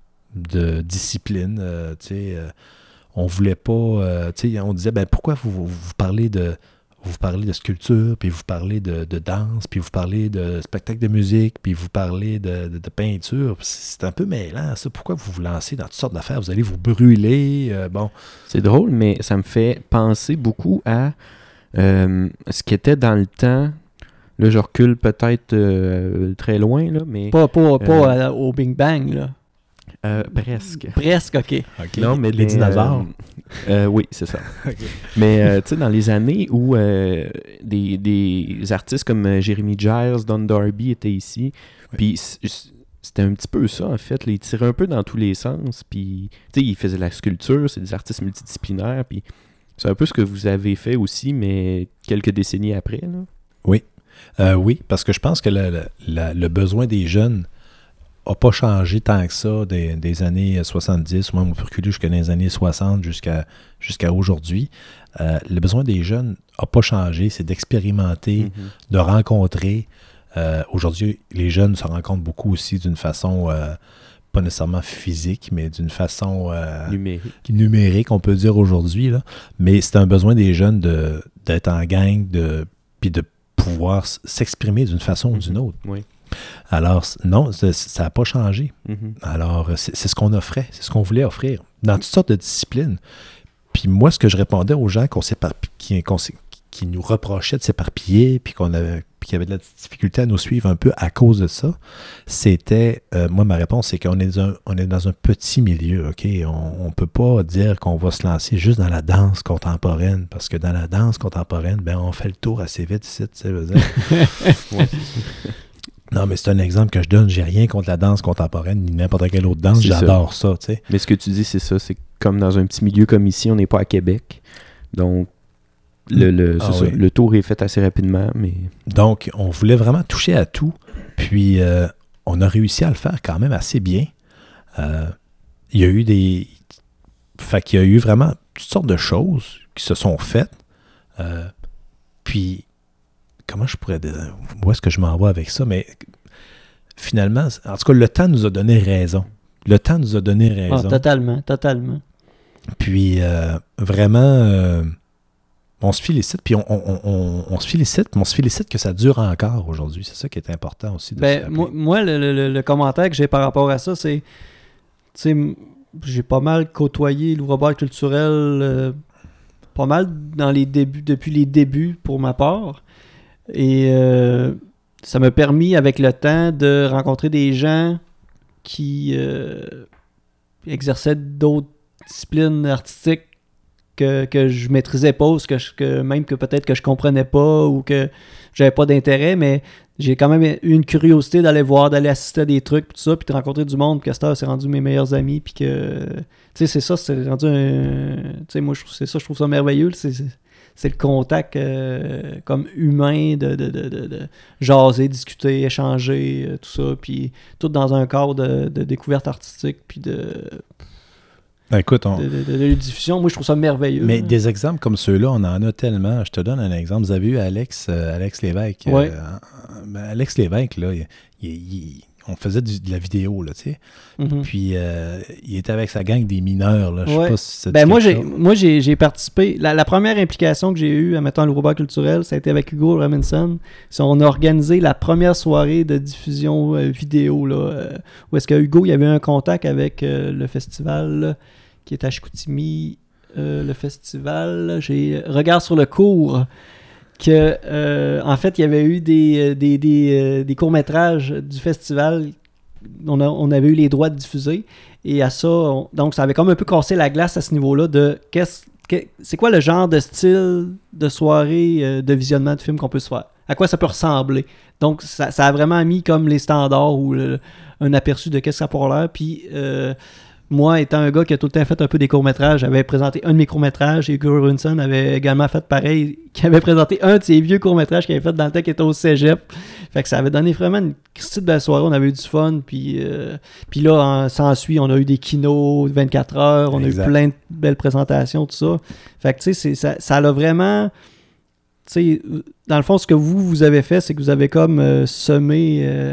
de disciplines. Euh, euh, on voulait pas... Euh, on disait, ben pourquoi vous, vous, vous parlez de... Vous parlez de sculpture, puis vous parlez de, de danse, puis vous parlez de spectacle de musique, puis vous parlez de, de, de peinture. C'est un peu mêlant, ça. Pourquoi vous vous lancez dans toutes sortes d'affaires? Vous allez vous brûler. Euh, bon. C'est drôle, mais ça me fait penser beaucoup à euh, ce qui était dans le temps. Là, je recule peut-être euh, très loin, là, mais... Pas, pas, pas euh, au Big Bang, là. Euh, presque. Presque, OK. okay. Non, mais les, les dinosaures. Euh, euh, oui, c'est ça. Okay. Mais euh, tu sais, dans les années où euh, des, des artistes comme Jeremy Giles, Don Darby étaient ici, oui. Puis c'était un petit peu ça, en fait. Là, ils tiraient un peu dans tous les sens, puis tu sais, ils faisaient de la sculpture, c'est des artistes multidisciplinaires, puis c'est un peu ce que vous avez fait aussi, mais quelques décennies après, là. Oui. Euh, oui, parce que je pense que le, le, le besoin des jeunes n'a pas changé tant que ça des, des années soixante-dix, ou même on peut reculer jusqu'à les années soixante, jusqu'à, jusqu'à aujourd'hui. Euh, le besoin des jeunes n'a pas changé, c'est d'expérimenter, mm-hmm. de rencontrer. Euh, aujourd'hui, les jeunes se rencontrent beaucoup aussi d'une façon, euh, pas nécessairement physique, mais d'une façon euh, numérique. numérique, on peut dire aujourd'hui. Là. Mais c'est un besoin des jeunes de, d'être en gang, de, puis de pouvoir s'exprimer d'une façon mm-hmm. ou d'une autre. Oui. Alors, non, ça n'a pas changé. Mm-hmm. Alors, c'est, c'est ce qu'on offrait, c'est ce qu'on voulait offrir, dans toutes sortes de disciplines. Puis moi, ce que je répondais aux gens qu'on qui, qu'on qui nous reprochaient de s'éparpiller, puis qu'on avait, puis qu'il y avait de la difficulté à nous suivre un peu à cause de ça, c'était, euh, moi, ma réponse, c'est qu'on est, un, on est dans un petit milieu, OK? On ne peut pas dire qu'on va se lancer juste dans la danse contemporaine, parce que dans la danse contemporaine, ben on fait le tour assez vite ici, tu sais, veux dire. Ouais. Non, mais c'est un exemple que je donne. J'ai rien contre la danse contemporaine ni n'importe quelle autre danse. C'est J'adore ça, ça tu sais. Mais ce que tu dis, c'est ça. C'est comme dans un petit milieu comme ici, on n'est pas à Québec. Donc, le, le, ah, c'est oui. ça, le tour est fait assez rapidement. Mais... Donc, on voulait vraiment toucher à tout. Puis, euh, on a réussi à le faire quand même assez bien. Euh, il y a eu des... Fait qu'il y a eu vraiment toutes sortes de choses qui se sont faites. Euh, puis... Comment je pourrais dire, où est-ce que je m'en vais avec ça, mais finalement, en tout cas, le temps nous a donné raison. Le temps nous a donné raison. Ah, totalement, totalement. Puis, euh, vraiment, euh, on se félicite, puis on, on, on, on se félicite, mais on se félicite que ça dure encore aujourd'hui. C'est ça qui est important aussi. De ben, moi, moi le, le, le commentaire que j'ai par rapport à ça, c'est, tu sais, j'ai pas mal côtoyé l'ouvre-boîte culturel, euh, pas mal dans les débuts, depuis les débuts pour ma part. Et euh, ça m'a permis, avec le temps, de rencontrer des gens qui euh, exerçaient d'autres disciplines artistiques que, que je maîtrisais pas, ou que, je, que même que peut-être que je comprenais pas ou que j'avais pas d'intérêt, mais j'ai quand même eu une curiosité d'aller voir, d'aller assister à des trucs, puis tout ça, puis de rencontrer du monde, puis que ça, c'est rendu mes meilleurs amis, puis que, tu sais, c'est ça, c'est rendu un, tu sais, moi, je trouve, c'est ça, je trouve ça merveilleux, c'est, c'est, c'est le contact euh, comme humain de, de, de, de, de jaser, discuter, échanger, euh, tout ça, puis tout dans un cadre de, de découverte artistique, puis de... Ben, écoute, on... de, de, de, de diffusion. Moi, je trouve ça merveilleux. Mais hein. Des exemples comme ceux-là, on en a tellement. Je te donne un exemple. Vous avez eu Alex, euh, Alex Lévesque. Ouais. Euh, ben, Alex Lévesque, là, il, il, il, on faisait du, de la vidéo, là, tu sais. Mm-hmm. Puis, euh, il était avec sa gang des mineurs, là. Je ouais. sais pas si ça ben dit moi, quelque j'ai, chose. moi, j'ai, j'ai participé. La, la première implication que j'ai eue, admettons, à l'Eurobar culturel, ça a été avec Hugo Robinson. C'est, on a organisé la première soirée de diffusion euh, vidéo, là, euh, où est-ce que Hugo, il y avait un contact avec euh, le festival, là, qui est à Chicoutimi, euh, le festival. J'ai Regard sur le cours, que euh, en fait, il y avait eu des, des, des, des courts-métrages du festival. On, a, on avait eu les droits de diffuser. Et à ça, on, donc ça avait comme un peu cassé la glace à ce niveau-là de qu'est-ce, que, c'est quoi le genre de style de soirée euh, de visionnement de film qu'on peut se faire? À quoi ça peut ressembler? Donc, ça, ça a vraiment mis comme les standards ou le, un aperçu de qu'est-ce que ça pourrait l'air. Puis... Euh, moi, étant un gars qui a tout le temps fait un peu des courts-métrages, j'avais présenté un de mes courts-métrages et Hugo Robinson avait également fait pareil, qui avait présenté un de ses vieux courts-métrages qu'il avait fait dans le temps qui était au cégep. Fait que ça avait donné vraiment une petite belle soirée, on avait eu du fun, puis, euh, puis là, s'ensuit, on a eu des kinos de vingt-quatre heures, on exact. A eu plein de belles présentations, tout ça. Fait que tu sais, ça, ça l'a vraiment... Tu sais, dans le fond, ce que vous, vous avez fait, c'est que vous avez comme euh, semé... Euh,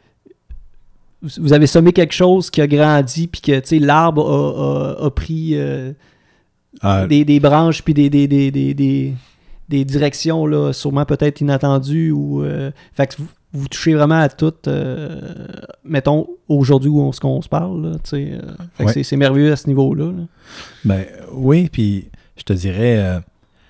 vous avez semé quelque chose qui a grandi, puis que, tu sais, l'arbre a, a, a pris euh, ah. des, des branches, puis des, des, des, des, des, des directions, là, sûrement peut-être inattendues. Ou, euh, fait que vous, vous touchez vraiment à tout, euh, mettons, aujourd'hui où on, on se parle, là, tu sais. Euh, fait que ouais. c'est, c'est merveilleux à ce niveau-là. Là. Ben oui, puis je te dirais, euh,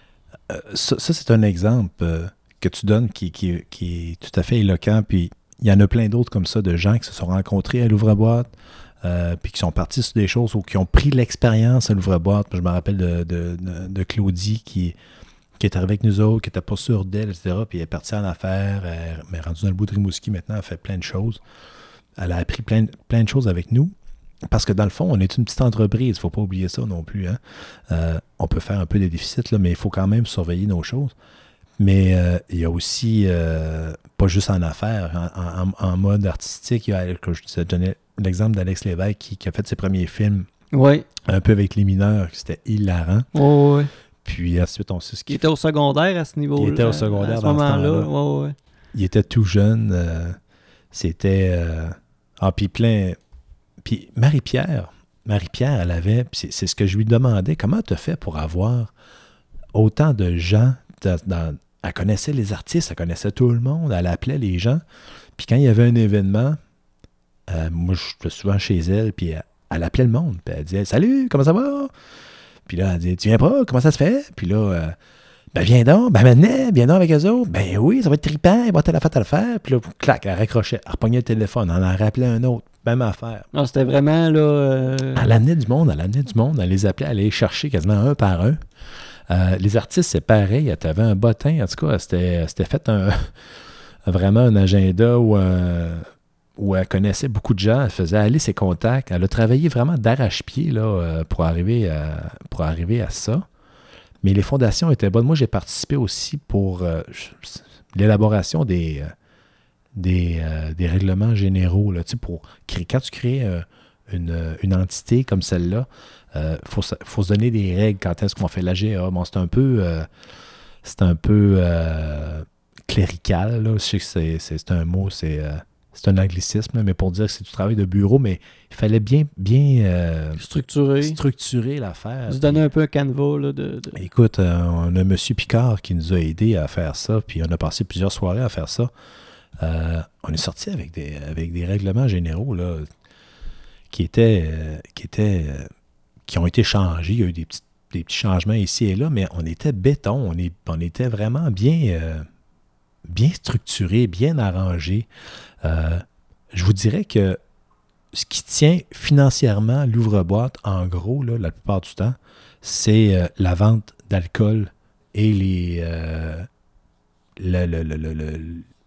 ça, ça, c'est un exemple euh, que tu donnes qui, qui, qui est tout à fait éloquent, puis il y en a plein d'autres comme ça, de gens qui se sont rencontrés à l'ouvre-boîte, euh, puis qui sont partis sur des choses ou qui ont pris l'expérience à l'ouvre-boîte. Je me rappelle de, de, de, de Claudie qui, qui est arrivée avec nous autres, qui n'était pas sûre d'elle, et cetera. Puis elle est partie en affaires, elle, elle est rendue dans le bout de Rimouski maintenant, elle fait plein de choses. Elle a appris plein, plein de choses avec nous. Parce que dans le fond, on est une petite entreprise, il ne faut pas oublier ça non plus. Hein? Euh, on peut faire un peu des déficits, là, mais il faut quand même surveiller nos choses. Mais euh, il y a aussi, euh, pas juste en affaires, en, en, en mode artistique, il y a, que je te donnais l'exemple d'Alex Lévesque qui, qui a fait ses premiers films, ouais. un peu avec les mineurs, c'était hilarant. Oh, ouais. Puis ensuite, on sait ce qu'il Il était au secondaire à ce niveau-là. Il était au secondaire à ce dans moment-là. ce temps-là. Ouais, ouais. Il était tout jeune. Euh, c'était... Euh, ah, puis plein... Puis Marie-Pierre, Marie-Pierre, elle avait... C'est, c'est ce que je lui demandais. Comment tu as fait pour avoir autant de gens dans... dans elle connaissait les artistes, elle connaissait tout le monde, elle appelait les gens. Puis quand il y avait un événement, euh, moi, je suis souvent chez elle, puis elle, elle appelait le monde. Puis elle disait « Salut, comment ça va? » Puis là, elle disait « Tu viens pas? Comment ça se fait? » Puis là, euh, « Ben viens donc, ben maintenant, viens donc avec eux autres. »« Ben oui, ça va être trippant, il va telle affaire, telle affaire. » Puis là, clac, elle raccrochait, elle repognait le téléphone, elle en rappelait un autre, même affaire. Non, c'était vraiment, là... Euh... Elle amenait du monde, elle amenait du monde, elle les appelait, elle les cherchait quasiment un par un. Euh, les artistes, c'est pareil. Tu avais un bottin. En tout cas, c'était, c'était fait un, vraiment un agenda où, euh, où elle connaissait beaucoup de gens. Elle faisait aller ses contacts. Elle a travaillé vraiment d'arrache-pied là, pour, arriver à, pour arriver à ça. Mais les fondations étaient bonnes. Moi, j'ai participé aussi pour euh, l'élaboration des, des, euh, des règlements généraux. Là, pour créer, quand tu crées euh, une, une entité comme celle-là, il euh, faut, faut se donner des règles quand est-ce qu'on fait l'A G A. Bon, c'est un peu, euh, c'est un peu euh, clérical. Là. Je sais que c'est, c'est, c'est un mot, c'est, euh, c'est un anglicisme, là, mais pour dire que c'est du travail de bureau, mais il fallait bien, bien euh, structurer. structurer l'affaire. Vous donner un peu un canevas. Là, de, de... Écoute, euh, on a M. Picard qui nous a aidés à faire ça, puis on a passé plusieurs soirées à faire ça. Euh, on est sorti avec des, avec des règlements généraux là, qui étaient... Euh, qui étaient euh, qui ont été changés. Il y a eu des petits, des petits changements ici et là, mais on était béton. On, est, on était vraiment bien, euh, bien structuré, bien arrangé. Euh, je vous dirais que ce qui tient financièrement l'ouvre-boîte, en gros, là, la plupart du temps, c'est euh, la vente d'alcool et les, euh, le, le, le, le, le,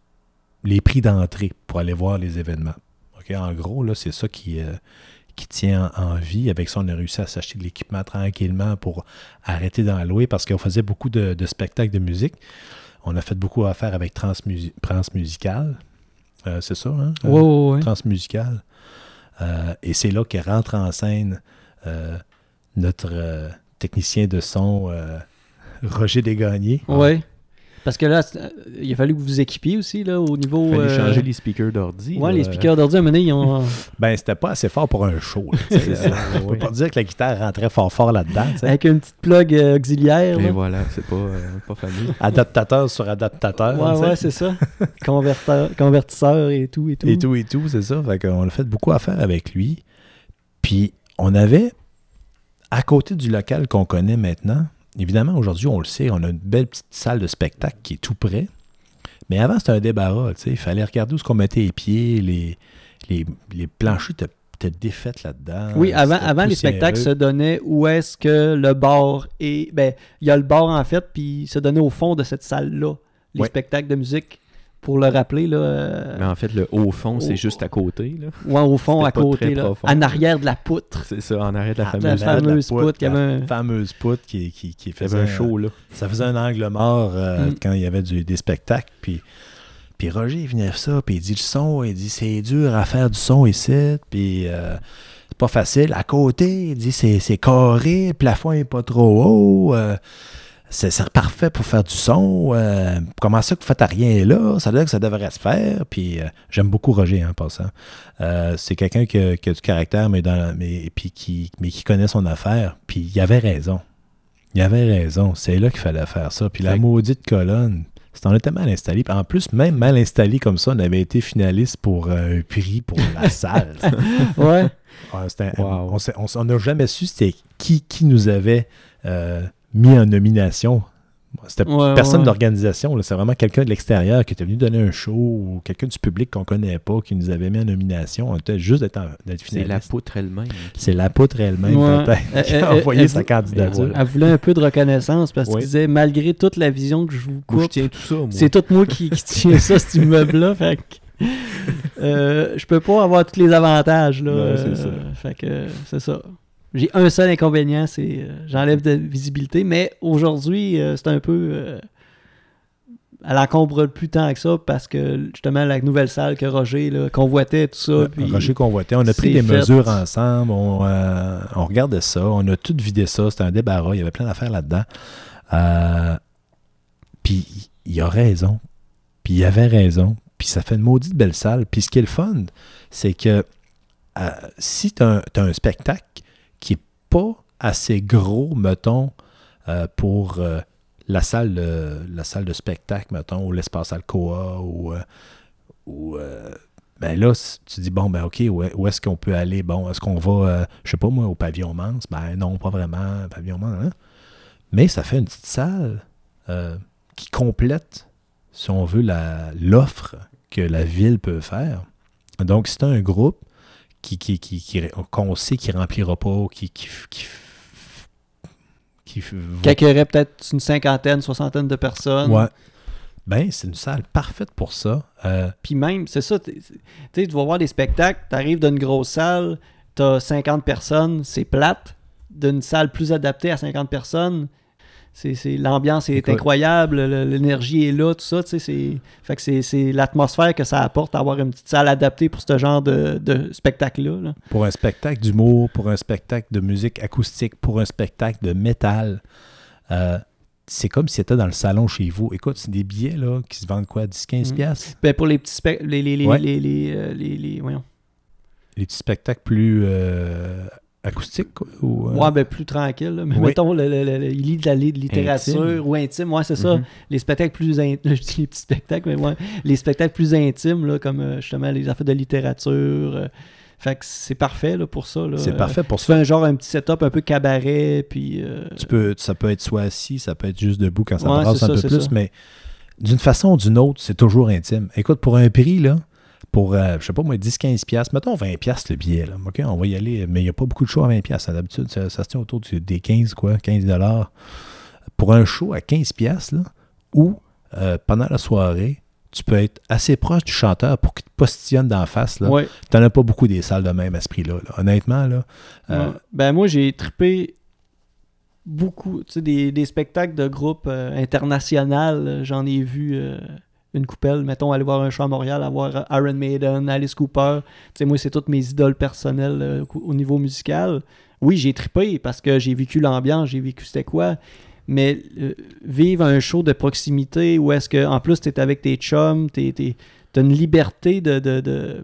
les prix d'entrée pour aller voir les événements. Okay? En gros, là, c'est ça qui, euh, qui tient en vie. Avec ça, on a réussi à s'acheter de l'équipement tranquillement pour arrêter d'en louer parce qu'on faisait beaucoup de, de spectacles de musique. On a fait beaucoup d'affaires avec Transmusi- Transmusical. Euh, c'est ça, hein? Oui, oui, oui. Transmusical. Euh, et c'est là qu'elle rentre en scène euh, notre euh, technicien de son, euh, Roger Desgagnés. Oui. Parce que là, il a fallu que vous vous équipiez aussi, là, au niveau... Il fallait euh... changer les speakers d'ordi. Oui, là. les speakers d'ordi, à un moment donné, ils ont... Ben, c'était pas assez fort pour un show. C'est ça. On peut pas dire que la guitare rentrait fort fort là-dedans. T'sais. Avec une petite plug euh, auxiliaire. Et là. voilà, c'est pas, euh, pas fameux. Adaptateur sur adaptateur. Ouais, ouais, c'est ça. Converteur, convertisseur et tout, et tout. Et tout, et tout, c'est ça. Fait qu'on a fait beaucoup affaire avec lui. Puis, on avait, à côté du local qu'on connaît maintenant, évidemment, aujourd'hui, on le sait, on a une belle petite salle de spectacle qui est tout près. Mais avant, c'était un débarras. Il fallait regarder où est-ce qu'on mettait les pieds, les, les, les planchers étaient, étaient défaites là-dedans. Oui, avant, C'était avant les poussiéreux. spectacles se donnaient où est-ce que le bar est... Ben, il y a le bar, en fait, puis il se donnait au fond de cette salle-là. Les Ouais. spectacles de musique, pour le rappeler, là... euh, Mais en fait, le haut fond, au- c'est juste à côté. Là. Ouais, au fond, C'était à pas côté, très là. profond. En arrière de la poutre. C'est ça, en arrêt de la Ah, la fameuse. fa- fameuse la poutre, il y avait la un- fameuse poutre qui, qui, qui Il y faisait avait un show, là. Ça faisait un angle mort euh, Mm. quand il y avait du, des spectacles. Puis, puis Roger, il venait ça, puis il dit le son, il dit c'est dur à faire du son ici, puis euh, c'est pas facile. À côté, il dit c'est, c'est carré, le plafond est pas trop haut, euh, c'est, c'est parfait pour faire du son. euh, comment ça que vous faites rien là? Ça veut dire que ça devrait se faire. Puis euh, j'aime beaucoup Roger hein, en passant. Euh, c'est quelqu'un qui a, qui a du caractère, mais, dans, mais, puis qui, mais qui connaît son affaire. Puis il avait raison. Il avait raison. C'est là qu'il fallait faire ça. Puis la Fait- maudite colonne, c'est- on était mal installé. Puis en plus, même mal installé comme ça, on avait été finaliste pour euh, un prix pour la salle. Ouais. Ouais, c'était- Wow. On s'est- on s'est- on n'a jamais su c'était qui, qui nous avait euh, mis en nomination. C'était Ouais, personne ouais. d'organisation. là. C'est vraiment quelqu'un de l'extérieur qui était venu donner un show ou quelqu'un du public qu'on ne connaît pas qui nous avait mis en nomination. On était juste d'être, en- d'être C'est la finaliste. poutre elle-même. C'est la poutre elle-même Ouais. peut-être qui Euh, a euh, envoyé euh, sa vous- candidature. Et voilà. Elle voulait un peu de reconnaissance parce Oui. qu'il disait, malgré toute la vision que je vous Moi, je coupe, tiens tout ça, moi. c'est tout moi qui, qui tiens ça, cet immeuble-là. Fait que, euh, je peux pas avoir tous les avantages. Là, Ouais, c'est euh, ça. Fait que c'est ça. J'ai un seul inconvénient, c'est euh, j'enlève de visibilité, mais aujourd'hui, euh, c'est un peu... euh, elle encombre plus tant que ça parce que justement la nouvelle salle que Roger là, convoitait, tout ça. Ouais, puis Roger convoitait. On a pris c'est des fait. mesures ensemble. On, euh, on regardait ça. On a tout vidé ça. C'était un débarras. Il y avait plein d'affaires là-dedans. Euh, puis il a raison. Puis il avait raison. Puis ça fait une maudite belle salle. Puis ce qui est le fun, c'est que euh, si tu as un spectacle qui n'est pas assez gros, mettons, euh, pour euh, la, salle de, la salle de spectacle, mettons, ou l'espace Alcoa, ou, euh, ou euh, ben là, tu dis, bon, ben OK, où, où est-ce qu'on peut aller? Bon, est-ce qu'on va, euh, je sais pas moi, au pavillon Mance? Ben non, pas vraiment, pavillon Mance, hein? Mais ça fait une petite salle euh, qui complète, si on veut, la, l'offre que la ville peut faire. Donc, c'est un groupe qui, qui, qui, qui, qu'on sait qui ne remplira pas, qui, qui, qui, qui, qui qui accueillerait peut-être une cinquantaine, soixantaine de personnes. ouais. Ben, c'est une salle parfaite pour ça. Euh, Puis même, c'est ça, tu sais, tu vas voir des spectacles, tu arrives d'une grosse salle, tu as cinquante personnes, c'est plate. D'une salle plus adaptée à cinquante personnes, c'est, c'est, l'ambiance est Écoute. incroyable, le- l'énergie est là, tout ça, tu sais, c'est, fait que c'est, c'est l'atmosphère que ça apporte d'avoir une petite salle adaptée pour ce genre de, de spectacle-là. Là. pour un spectacle d'humour, pour un spectacle de musique acoustique, pour un spectacle de métal, euh, c'est comme si c'était dans le salon chez vous. Écoute, c'est des billets là, qui se vendent quoi, dix à quinze Mm. piastres? Ben, pour les petits spectacles, les, les, les, Ouais. les, les, euh, les- les- voyons. Les petits spectacles plus euh, acoustiques? Quoi, ou, euh, Ouais, ben plus tranquille. Là. Mais Oui. mettons, le, le- le- le- il lit de la li- littérature Intime. ou intime. Ouais, c'est ça. Mhm. Les spectacles plus intimes. Je dis les petits spectacles, mais ouais. Les spectacles plus intimes, là, comme euh, justement les affaires de littérature. euh, fait que c'est parfait là, pour ça. Là. C'est Euh, parfait pour Tu ça. fais un genre, un petit setup un peu cabaret, puis... euh, Tu peux, ça peut être soit assis, ça peut être juste debout quand ça Ouais, brasse c'est un ça, peu c'est plus, ça. mais d'une façon ou d'une autre, c'est toujours intime. Écoute, pour un prix, là, pour, euh, je sais pas moi, dix à quinze piastres. Mettons vingt piastres le billet. Là. OK, on va y aller, mais il n'y a pas beaucoup de shows à vingt piastres. D'habitude, ça, ça se tient autour des quinze, quoi, quinze dollars. Pour un show à quinze piastres, là, où, euh, pendant la soirée, tu peux être assez proche du chanteur pour qu'il te postillonne d'en face. Là. Ouais. Tu n'en as pas beaucoup des salles de même à ce prix-là. Là. Honnêtement, là. Euh, Ouais. Ben moi, j'ai trippé beaucoup, tu sais, des, des spectacles de groupes euh, international. J'en ai vu euh, une coupelle. Mettons, aller voir un show à Montréal, avoir Iron Maiden, Alice Cooper. Tu sais, moi, c'est toutes mes idoles personnelles euh, au niveau musical. Oui, j'ai trippé parce que j'ai vécu l'ambiance, j'ai vécu c'était quoi. Mais euh, vivre un show de proximité où est-ce que, en plus, tu es avec tes chums, tu as une liberté de, de, de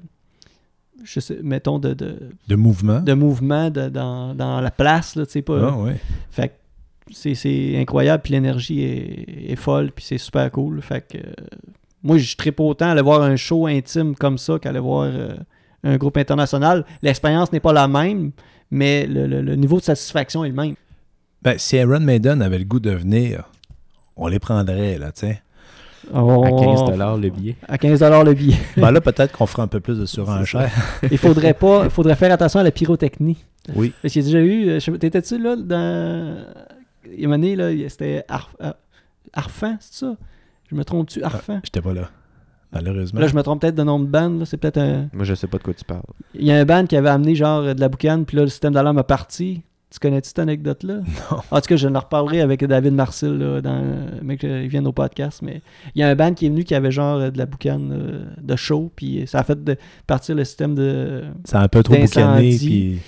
je sais, mettons, de, de, de mouvement. de mouvement de, dans, dans la place, là, tu sais pas. Ah, ouais. Fait que c'est, c'est incroyable, puis l'énergie est, est folle, puis c'est super cool. Fait que euh, moi, je trippe autant aller voir un show intime comme ça qu'aller voir euh, un groupe international. L'expérience n'est pas la même, mais le, le, le niveau de satisfaction est le même. Ben, si Iron Maiden avait le goût de venir, on les prendrait, là, tu sais. On- À quinze dollars le billet. À quinze dollars le billet. Ben là, peut-être qu'on fera un peu plus de surenchère. Il faudrait pas, il faudrait faire attention à la pyrotechnie. Oui. Parce qu'il y a déjà eu, je sais pas, t'étais-tu là dans... Il y a une année, là, c'était Ar... euh, Arfan, c'est ça? Je me trompe-tu? Arfan? J'étais pas là, malheureusement. Là, je me trompe peut-être de nom de band, là. C'est peut-être un... Moi, je sais pas de quoi tu parles. Il y a un band qui avait amené genre de la boucane, puis là, le système d'alarme a parti. Tu connais-tu cette anecdote-là? Non. En tout cas, je en reparlerai avec David Marcel, là, dans... mec, il vient au podcast, mais il y a un band qui est venu qui avait genre de la boucane euh, de show, puis ça a fait de partir le système de... C'est un peu trop boucané, d'incendie. puis...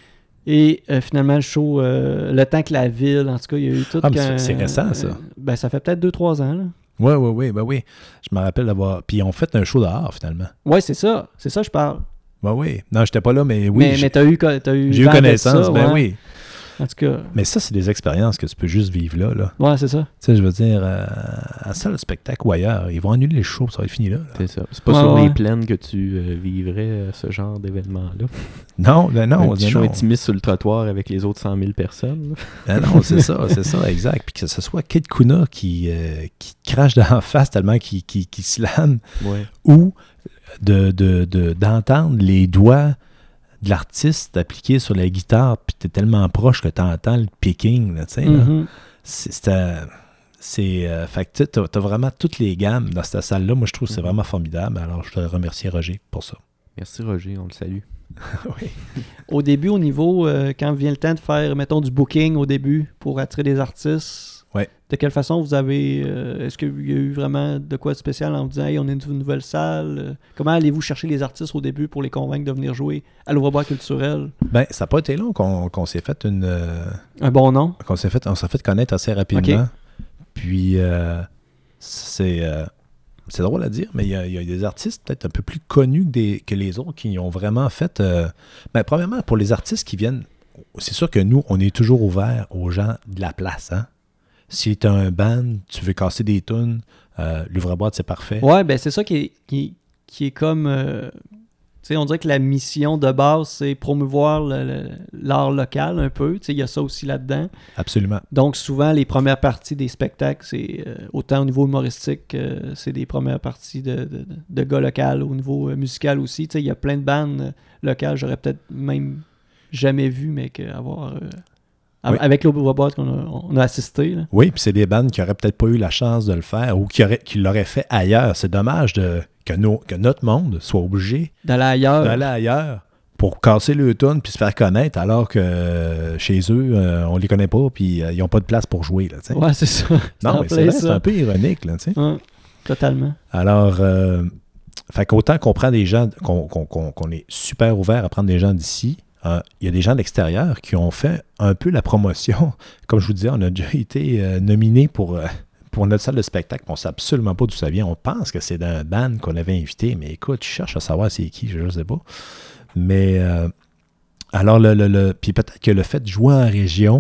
Et euh, finalement, le show, euh, le temps que la ville, en tout cas, il y a eu tout... Ah, mais qu'un- c'est- c'est récent, ça. euh, ben, ça fait peut-être deux trois ans, là. Oui, oui, oui, ben oui. Je me rappelle d'avoir... Puis on fait un show dehors, finalement. Ouais, c'est ça. C'est ça, je parle. Ben oui. Non, j'étais pas là, mais oui. mais j'ai mais t'as eu, co- t'as eu j'ai eu vent de connaissance, ça, ben ouais. oui. En tout cas, Mais ça, c'est des expériences que tu peux juste vivre là, là. ouais, c'est ça. Tu sais, je veux dire, euh, à ça, le spectacle ou ailleurs, ils vont annuler les shows, ça va être fini là. là. C'est ça. C'est pas Ouais, sur ouais. les plaines que tu euh, vivrais euh, ce genre d'événement-là. Non, ben non, Un petit ben show non. intimiste sur le trottoir avec les autres cent mille personnes. là. Ben non, c'est ça, c'est ça, exact. Puis que ce soit Kid Kuna qui, euh, qui te crache dans la face tellement qu'il qui, qui slame, Ouais. ou de, de, de, d'entendre les doigts de l'artiste appliqués sur la guitare, puis t'es tellement proche que t'entends le picking, là, tu sais, là. Mhm. C'est... c'est, euh, c'est euh, fait que tu as vraiment toutes les gammes dans cette salle-là. Moi, je trouve que c'est Mhm. vraiment formidable. Alors, je te remercie, Roger, pour ça. Merci Roger, on le salue. Oui. Au début, au niveau, euh, quand vient le temps de faire, mettons, du booking au début pour attirer des artistes, Ouais. de quelle façon vous avez... euh, est-ce qu'il y a eu vraiment de quoi de spécial en vous disant « Hey, on a une nouvelle salle euh, ». Comment allez-vous chercher les artistes au début pour les convaincre de venir jouer à l'Ouvre-Bois culturel? Ben, ça n'a pas été long qu'on, qu'on s'est fait une... euh, Un bon nom? qu'on s'est fait, on s'est fait connaître assez rapidement. Ok. Puis, euh, c'est... euh, c'est drôle à dire, mais il y, a, il y a des artistes peut-être un peu plus connus que, des, que les autres qui ont vraiment fait... Euh, ben, premièrement, pour les artistes qui viennent, c'est sûr que nous, on est toujours ouvert aux gens de la place, hein. Si tu as un band, tu veux casser des tunes, euh, l'ouvre-boîte, c'est parfait. Ouais, ben c'est ça qui est, qui, qui est comme... euh, tu sais, on dirait que la mission de base, c'est promouvoir le- le- l'art local un peu. Tu sais, il y a ça aussi là-dedans. Absolument. Donc, souvent, les premières parties des spectacles, c'est euh, autant au niveau humoristique, euh, c'est des premières parties de, de, de- de gars locaux, au niveau euh, musical aussi. Tu sais, il y a plein de bandes euh, locales, j'aurais peut-être même jamais vu, mais qu'avoir... Euh, Oui. Avec l'Ouvre-Boîte qu'on a, on a assisté. Là. Oui, puis c'est des bandes qui n'auraient peut-être pas eu la chance de le faire ou qui, auraient, qui l'auraient fait ailleurs. C'est dommage de, que, nos, que notre monde soit obligé D'aller ailleurs. d'aller ailleurs pour casser le tune puis se faire connaître alors que euh, chez eux, euh, on les connaît pas puis euh, ils n'ont pas de place pour jouer. Là, tu sais. Ouais, c'est ça. C'est en non, mais c'est plein vrai, ça. c'est un peu ironique. Là, tu sais. Ouais, totalement. Alors, euh, fait qu'autant qu'on prend des gens, qu'on, qu'on, qu'on, qu'on est super ouvert à prendre des gens d'ici, euh, il y a des gens de l'extérieur qui ont fait un peu la promotion. Comme je vous disais, on a déjà été euh, nominés pour, euh, pour notre salle de spectacle. On ne sait absolument pas d'où ça vient. On pense que c'est d'un band qu'on avait invité, mais écoute, je cherche à savoir c'est qui, je ne sais pas. Mais euh, alors, le, le, le, puis peut-être que le fait de jouer en région,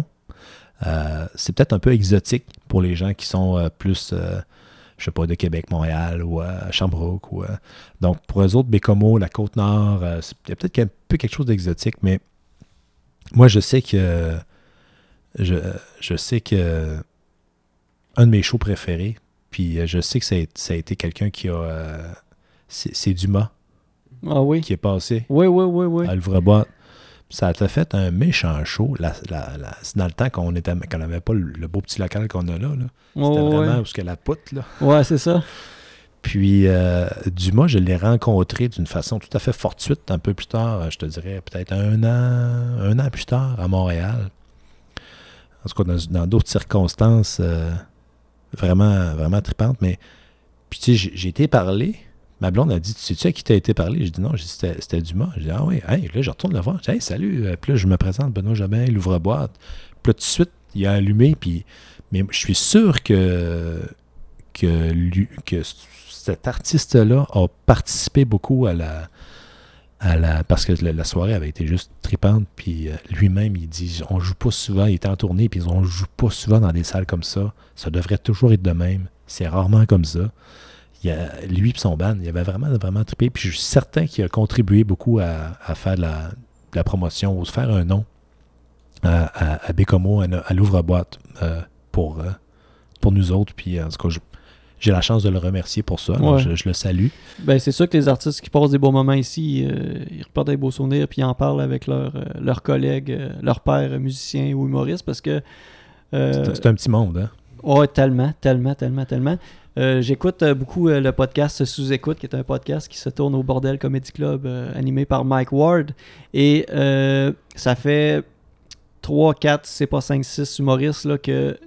euh, c'est peut-être un peu exotique pour les gens qui sont euh, plus... Euh, je sais pas, de Québec, Montréal ou à Sherbrooke. Ou, euh, donc, pour eux autres, Bécomo, la Côte-Nord, euh, c'est il y a peut-être un peu quelque chose d'exotique, mais moi, je sais que je, je sais que un de mes shows préférés, puis je sais que ça a, ça a été quelqu'un qui a... Euh, c'est, c'est Dumas Ah oui? qui est passé Oui, oui, oui, oui. à l'ouvre-boîte. Ça t'a fait un méchant show. La, la, la, c'est dans le temps qu'on était qu'on n'avait pas le, le beau petit local qu'on a là. là. C'était Oh, vraiment ouais. où c'était la poutre. Là. Ouais, c'est ça. Puis euh, Dumas, je l'ai rencontré d'une façon tout à fait fortuite un peu plus tard, je te dirais peut-être un an, un an plus tard à Montréal. En tout cas, dans, dans d'autres circonstances euh, vraiment, vraiment tripantes. Mais puis tu sais, j'ai, j'ai été parler. Ma blonde a dit, tu sais-tu à qui t'as été parler? J'ai dit non, j'ai dit, c'était, c'était Dumas. J'ai dit, ah oui, hey, là, je retourne le voir. J'ai dit, hey, salut. Puis là, je me présente, Benoît Jobin, l'ouvre-boîte. Puis là, tout de suite, il a allumé. Puis, mais je suis sûr que, que, lui, que cet artiste-là a participé beaucoup à la. À la parce que la, la soirée avait été juste tripante. Puis euh, lui-même, il dit, on joue pas souvent. Il était en tournée, puis on joue pas souvent dans des salles comme ça. Ça devrait toujours être de même. C'est rarement comme ça. Il a, lui et son band, il avait vraiment, vraiment trippé. Puis je suis certain qu'il a contribué beaucoup à, à faire de la, de la promotion, ou se faire un nom à, à, à Bécomo, à, à l'ouvre-boîte euh, pour, euh, pour nous autres. Puis en tout cas, je, j'ai la chance de le remercier pour ça. Ouais. Je, je le salue. Ben, c'est sûr que les artistes qui passent des beaux moments ici, euh, ils repartent des beaux souvenirs, puis ils en parlent avec leur, euh, leurs collègues, euh, leurs pères musiciens ou humoristes, parce que... Euh, c'est, c'est un petit monde, hein? Ouais, tellement, tellement, tellement, tellement. Euh, j'écoute euh, beaucoup euh, le podcast Sous-Écoute, qui est un podcast qui se tourne au Bordel Comedy Club, euh, animé par Mike Ward. Et euh, ça fait trois, quatre, c'est pas cinq, six humoristes là, que,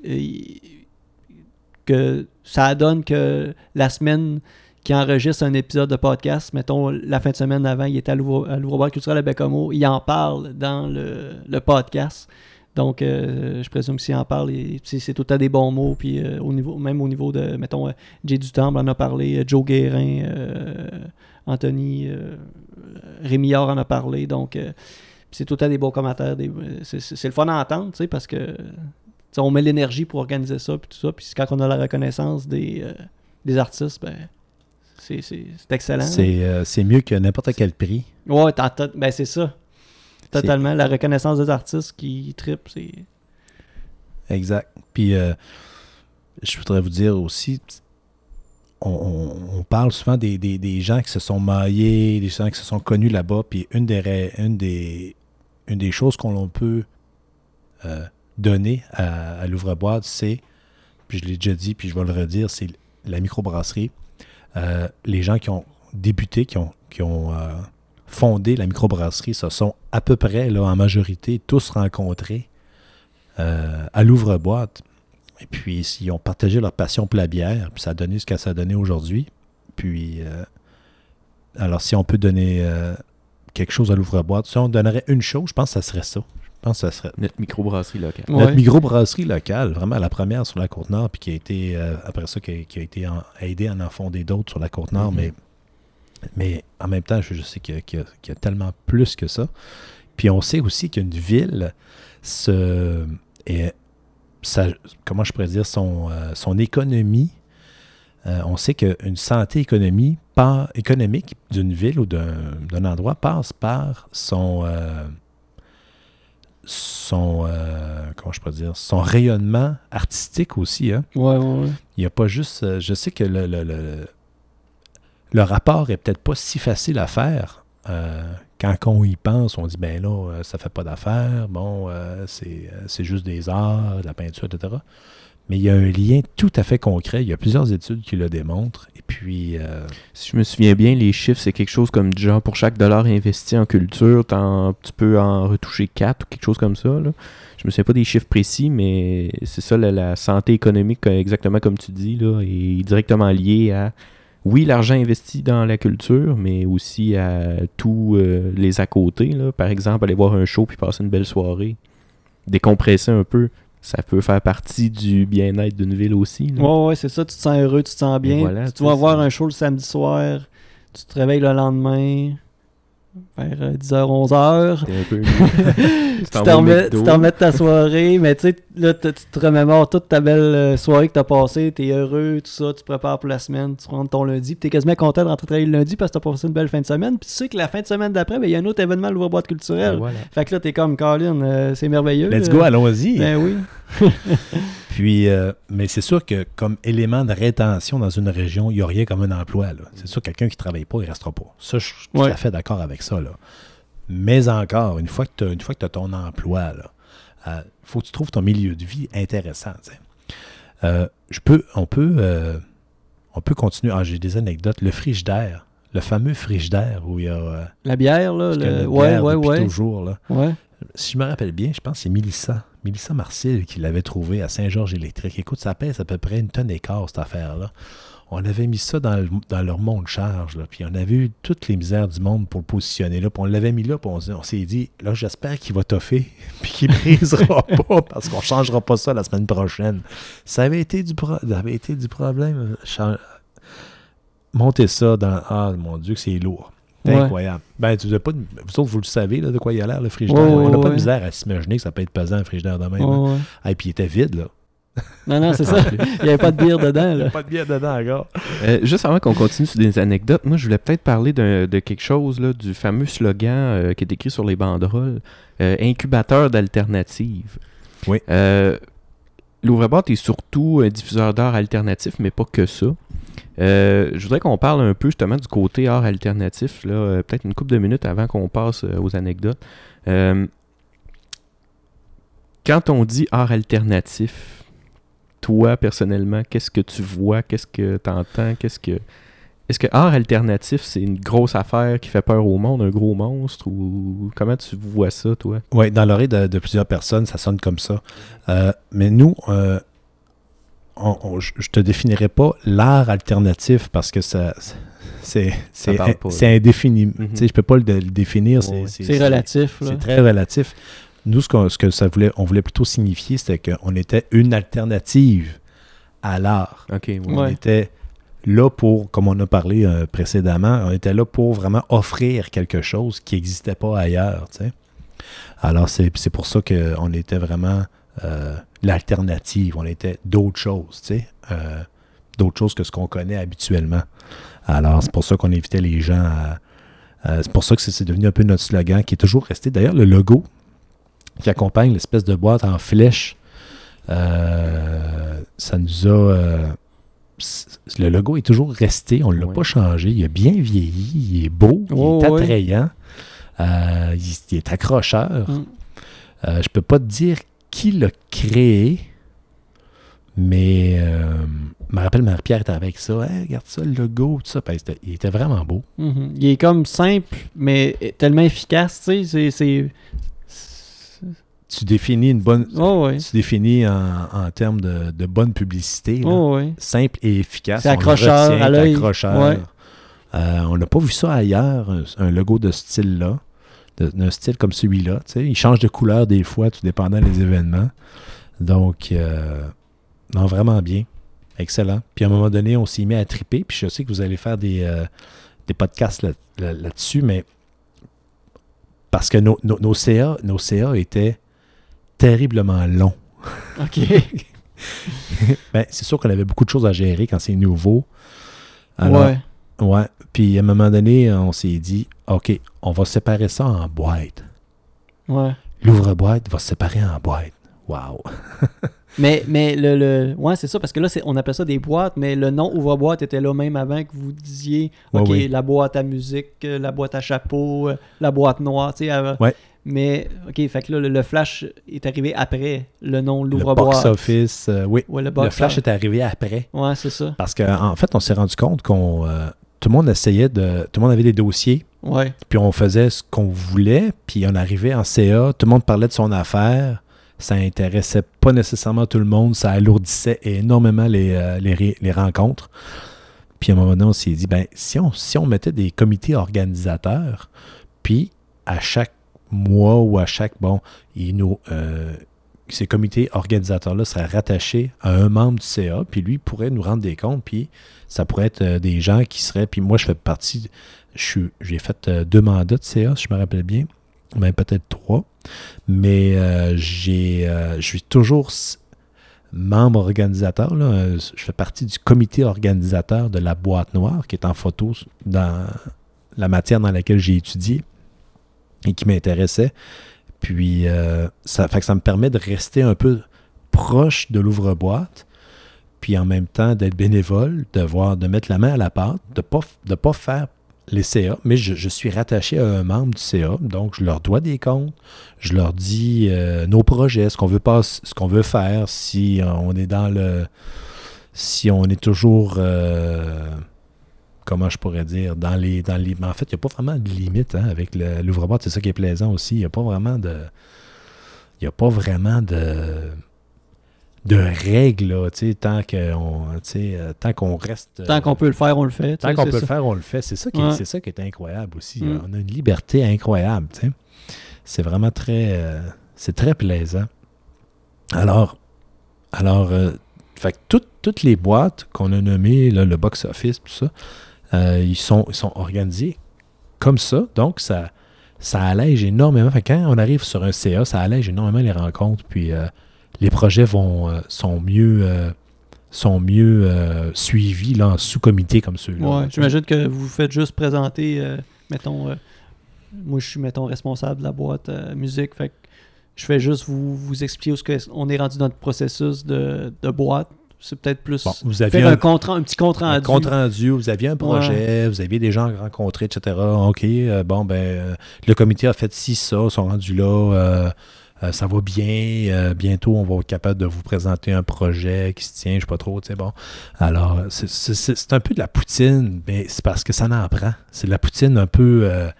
que ça donne que la semaine qui enregistre un épisode de podcast, mettons la fin de semaine avant, il était à l'Ouvre-Boîte culturel à Bécomo, il en parle dans le, le podcast. Donc, euh, je présume que s'il en parle, et, c'est tout à des bons mots. Puis, euh, au niveau, même au niveau de, mettons, euh, Jay Dutemple en a parlé, euh, Joe Guérin, euh, Anthony, euh, Rémi Yard en a parlé. Donc, euh, c'est tout à des bons commentaires. Des, c'est, c'est, c'est le fun à entendre, tu sais, parce que on met l'énergie pour organiser ça, puis tout ça. Puis, quand on a la reconnaissance des, euh, des artistes, ben, c'est, c'est, c'est excellent. C'est, euh, c'est mieux que n'importe quel prix. Ouais, ben, c'est ça. Totalement. C'est... La reconnaissance des artistes qui trippent, c'est... Exact. Puis, euh, je voudrais vous dire aussi, on, on, on parle souvent des, des, des gens qui se sont maillés, des gens qui se sont connus là-bas, puis une des, une des, une des choses qu'on peut euh, donner à, à l'ouvre-boîte, c'est, puis je l'ai déjà dit, puis je vais le redire, c'est la microbrasserie. Euh, les gens qui ont débuté, qui ont... Qui ont euh, fondé la microbrasserie, se sont à peu près, là, en majorité, tous rencontrés euh, à l'ouvre-boîte. Et puis, ils ont partagé leur passion pour la bière, puis ça a donné ce que ça a donné aujourd'hui. Puis, euh, alors, si on peut donner euh, quelque chose à l'ouvre-boîte, si on donnerait une chose, je pense que ça serait ça. Je pense que ça serait... Notre microbrasserie locale. Ouais. Notre microbrasserie locale, vraiment la première sur la Côte-Nord, puis qui a été, euh, après ça, qui a, qui a été en, aidé à en fonder d'autres sur la Côte-Nord, mm-hmm. mais Mais en même temps, je, je sais qu'il y, a, qu'il, y a, qu'il y a tellement plus que ça. Puis on sait aussi qu'une ville, se, est, sa, comment je pourrais dire, son, euh, son économie, euh, on sait qu'une santé économie, par, économique d'une ville ou d'un, d'un endroit passe par son, euh, son euh, comment je pourrais dire, son rayonnement artistique aussi. Hein? Ouais, ouais, ouais. Il n'y a pas juste... Je sais que le... le, le Le rapport est peut-être pas si facile à faire. Euh, quand on y pense, on dit, ben là, ça fait pas d'affaires, bon, euh, c'est, c'est juste des arts, de la peinture, et cetera. Mais il y a un lien tout à fait concret. Il y a plusieurs études qui le démontrent. Et puis... Euh... Si je me souviens bien, les chiffres, c'est quelque chose comme genre pour chaque dollar investi en culture, tu peux en retoucher quatre ou quelque chose comme ça. Là. Je me souviens pas des chiffres précis, mais c'est ça, la, la santé économique, exactement comme tu dis, là, est directement liée à... Oui, l'argent investi dans la culture, mais aussi à tous euh, les à côté. Là. Par exemple, aller voir un show puis passer une belle soirée. Décompresser un peu, ça peut faire partie du bien-être d'une ville aussi. Oui, ouais, c'est ça. Tu te sens heureux, tu te sens bien. Voilà, tu vas voir un show le samedi soir, tu te réveilles le lendemain vers dix heures, onze heures. T'es un peu tu t'en remets, tu t'en remets de ta soirée, mais tu sais, là, tu te remémores toute ta belle soirée que tu as passée, tu es heureux, tout ça, tu te prépares pour la semaine, tu rentres ton lundi, puis tu es quasiment content de rentrer travailler le lundi parce que tu as passé une belle fin de semaine, puis tu sais que la fin de semaine d'après, il ben, y a un autre événement à l'ouvre-boîte culturelle. Ben voilà. Fait que là, tu es comme, Colin, euh, c'est merveilleux. Let's go, allons-y. Ben oui. Puis, euh, mais c'est sûr que comme élément de rétention dans une région, il n'y a rien comme un emploi. Là. C'est sûr que quelqu'un qui ne travaille pas, il ne restera pas. Ça, je suis tout Ouais. à fait d'accord avec ça. Là. Mais encore, une fois que tu as ton emploi, il euh, faut que tu trouves ton milieu de vie intéressant. Euh, je peux, on, peut, euh, on peut continuer. Ah, j'ai des anecdotes. Le frigidaire, le fameux frigidaire où il y a... Euh, La bière, là. le... Le... La Ouais, bière ouais, depuis ouais. toujours. Là. Ouais. Si je me rappelle bien, je pense que c'est Mélissa. Mélissa Marcil qui l'avait trouvé à Saint-Georges-Électrique. Écoute, ça pèse à peu près une tonne et quart, cette affaire-là. On avait mis ça dans, le, dans leur monte-charge, là, puis on avait eu toutes les misères du monde pour le positionner là, puis on l'avait mis là, puis on, on s'est dit, là, j'espère qu'il va toffer, puis qu'il ne brisera pas, parce qu'on ne changera pas ça la semaine prochaine. Ça avait été du, pro- ça avait été du problème. Cha- Monter ça dans... Ah, mon Dieu, que c'est lourd. C'est Ouais. incroyable. Ben, tu n'as pas de... Vous autres, vous le savez, là, de quoi il a l'air, le frigidaire. Ouais, on n'a ouais, pas ouais. de misère à s'imaginer que ça peut être pesant, un frigidaire de même. Ouais, hein. ouais. Ah, et puis il était vide, là. Non, non, c'est ça. Il n'y avait pas de bière dedans, là. Pas de bière dedans encore. Euh, juste avant qu'on continue sur des anecdotes, moi je voulais peut-être parler d'un- de quelque chose, là, du fameux slogan euh, qui est écrit sur les banderoles, euh, incubateur d'alternatives. Oui. Euh, L'ouvre-boîte est surtout un diffuseur d'art alternatif, mais pas que ça. Euh, je voudrais qu'on parle un peu justement du côté art alternatif, là, euh, peut-être une couple de minutes avant qu'on passe euh, aux anecdotes. Euh, quand on dit art alternatif, toi, personnellement, qu'est-ce que tu vois? Qu'est-ce que tu entends? Qu'est-ce que... Est-ce que art alternatif, c'est une grosse affaire qui fait peur au monde, un gros monstre? Ou comment tu vois ça, toi? Oui, dans l'oreille de, de plusieurs personnes, ça sonne comme ça. Euh, mais nous, euh, on, on, je ne te définirais pas l'art alternatif parce que ça... C'est, c'est, parle pas, c'est indéfini. Mm-hmm. Tu sais, je ne peux pas le, le définir. Ouais, c'est, C'est relatif, là. C'est très relatif. Nous, ce, qu'on, ce que ça voulait, on voulait plutôt signifier, c'était qu'on était une alternative à l'art. OK, ouais. On Ouais. était là pour, comme on a parlé euh, précédemment, on était là pour vraiment offrir quelque chose qui n'existait pas ailleurs. Tu sais. Alors, c'est, c'est pour ça qu'on était vraiment euh, l'alternative. On était d'autres choses, tu sais, euh, d'autres choses que ce qu'on connaît habituellement. Alors, c'est pour ça qu'on invitait les gens à... à c'est pour ça que c'est, c'est devenu un peu notre slogan qui est toujours resté. D'ailleurs, le logo qui accompagne l'espèce de boîte en flèche, euh, ça nous a... Euh, le logo est toujours resté, on ne l'a Ouais. pas changé. Il a bien vieilli, il est beau, il Oh, est ouais. attrayant, euh, il, il est accrocheur. Mm. Euh, je peux pas te dire qui l'a créé, mais euh, je me rappelle, Marie-Pierre était avec ça. Hey, regarde ça, le logo, tout ça. Ben, c'était- il était vraiment beau. Mhm. Il est comme simple, mais tellement efficace, tu sais. C'est, c'est... Tu définis une bonne... Oh, ouais. Tu définis en, en termes de, de bonne publicité. là. Oh, ouais. Simple et efficace. C'est On le accrocheur, retient, à l'œil. accrocheur. Ouais. Euh, on n'a pas vu ça ailleurs, un, un logo de ce style-là, de- d'un style comme celui-là. Tu sais. Il change de couleur des fois, tout dépendant des événements. Donc, euh, non, vraiment bien. Excellent. Puis à un moment donné, on s'y met à triper. Puis je sais que vous allez faire des, euh, des podcasts là, là, là-dessus, mais parce que nos, nos, nos C A, nos C A étaient terriblement longs. OK. Ben, c'est sûr qu'on avait beaucoup de choses à gérer quand c'est nouveau. Alors, ouais. ouais. Puis à un moment donné, on s'est dit, OK, on va séparer ça en boîtes. Ouais. L'ouvre-boîte va se séparer en boîtes. Wow! Mais, mais le, le... Ouais, c'est ça, parce que là, c'est, on appelle ça des boîtes, mais le nom ouvre-boîte était là même avant que vous disiez, Ouais, OK, oui. la boîte à musique, euh, la boîte à chapeau, euh, la boîte noire, tu sais. avant. Ouais. Mais, OK, fait que là, le, le flash est arrivé après le nom Le l'ouvre-boîte. box-office, euh, oui. Ouais, le Le box flash est arrivé après. Ouais, c'est ça. Parce qu'en en fait, on s'est rendu compte qu'on... euh, tout le monde essayait de... Tout le monde avait des dossiers, Ouais. puis on faisait ce qu'on voulait, puis on arrivait en C A, tout le monde parlait de son affaire, ça intéressait pas nécessairement tout le monde, ça alourdissait énormément les, euh, les, ré- les rencontres. Puis à un moment donné, on s'est dit, ben si on, si on mettait des comités organisateurs, puis à chaque mois ou à chaque, bon, ils nous, euh, ces comités organisateurs-là seraient rattachés à un membre du C A, puis lui pourrait nous rendre des comptes, puis ça pourrait être euh, des gens qui seraient, puis moi je fais partie, je suis, j'ai fait euh, deux mandats de C A, si je me rappelle bien, même peut-être trois, mais euh, j'ai, euh, je suis toujours s- membre organisateur, là, euh, je fais partie du comité organisateur de la boîte noire, qui est en photo dans la matière dans laquelle j'ai étudié et qui m'intéressait. Puis, euh, ça, fait que ça me permet de rester un peu proche de l'ouvre-boîte, puis en même temps d'être bénévole, de, voir, de mettre la main à la pâte, de ne pas, de pas faire les C A, mais je, je suis rattaché à un membre du C A, donc je leur dois des comptes, je leur dis euh, nos projets, ce qu'on veut pas, ce qu'on veut faire, si on est dans le... si on est toujours... Euh, comment je pourrais dire, dans les... Dans les en fait, il n'y a pas vraiment de limite hein, avec le, l'ouvre-boîte, c'est ça qui est plaisant aussi, il n'y a pas vraiment de... Il n'y a pas vraiment de... de règles, là, tu sais, tant qu'on, tu sais, euh, tant qu'on reste... Tant qu'on peut le faire, on le fait. Tant qu'on peut ça. le faire, on le fait. C'est ça qui, ouais. est, c'est ça qui est incroyable aussi. Mm. On a une liberté incroyable, tu sais. C'est vraiment très... Euh, c'est très plaisant. Alors, alors euh, fait que toutes, toutes les boîtes qu'on a nommées, là, le box-office, tout ça, euh, ils, sont, ils sont organisés comme ça. Donc, ça, ça allège énormément. Fait que quand on arrive sur un C A, ça allège énormément les rencontres. Puis... Euh, les projets vont, euh, sont mieux, euh, sont mieux euh, suivis là, en sous-comité comme ceux-là. Ouais, j'imagine que vous faites juste présenter, euh, mettons, euh, moi je suis, mettons, responsable de la boîte euh, musique, fait que je fais juste vous, vous expliquer où est-ce que on est rendu dans notre processus de, de boîte. C'est peut-être plus bon, vous aviez faire un, un, compte, un petit compte rendu. Un compte rendu, vous aviez un projet, ouais. vous aviez des gens rencontrés, et cetera. OK, euh, bon, ben, euh, le comité a fait ci, ça, ils sont rendus là, euh, Euh, ça va bien. Euh, bientôt, on va être capable de vous présenter un projet qui se tient, je ne sais pas trop, tu sais, bon. Alors, c'est, c'est, c'est un peu de la poutine, mais c'est parce que ça n'en prend. C'est de la poutine un peu... Euh,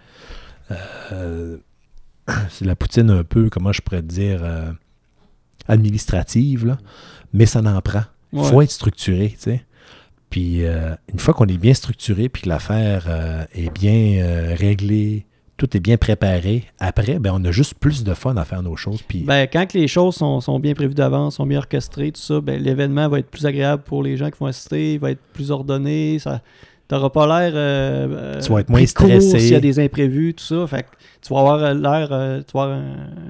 euh, c'est de la poutine un peu, comment je pourrais te dire, euh, administrative, là, mais ça n'en prend. Il faut ouais. être structuré, tu sais. Puis, euh, une fois qu'on est bien structuré, puis que l'affaire euh, est bien euh, réglée, tout est bien préparé. Après, ben, on a juste plus de fun à faire nos choses. Puis... Ben, quand les choses sont, sont bien prévues d'avance, sont bien orchestrées, tout ça, ben, l'événement va être plus agréable pour les gens qui vont assister, il va être plus ordonné. Ça, t'auras pas l'air euh, tu vas être moins stressé s'il y a des imprévus, tout ça. Fait que tu vas avoir l'air, euh, tu vas avoir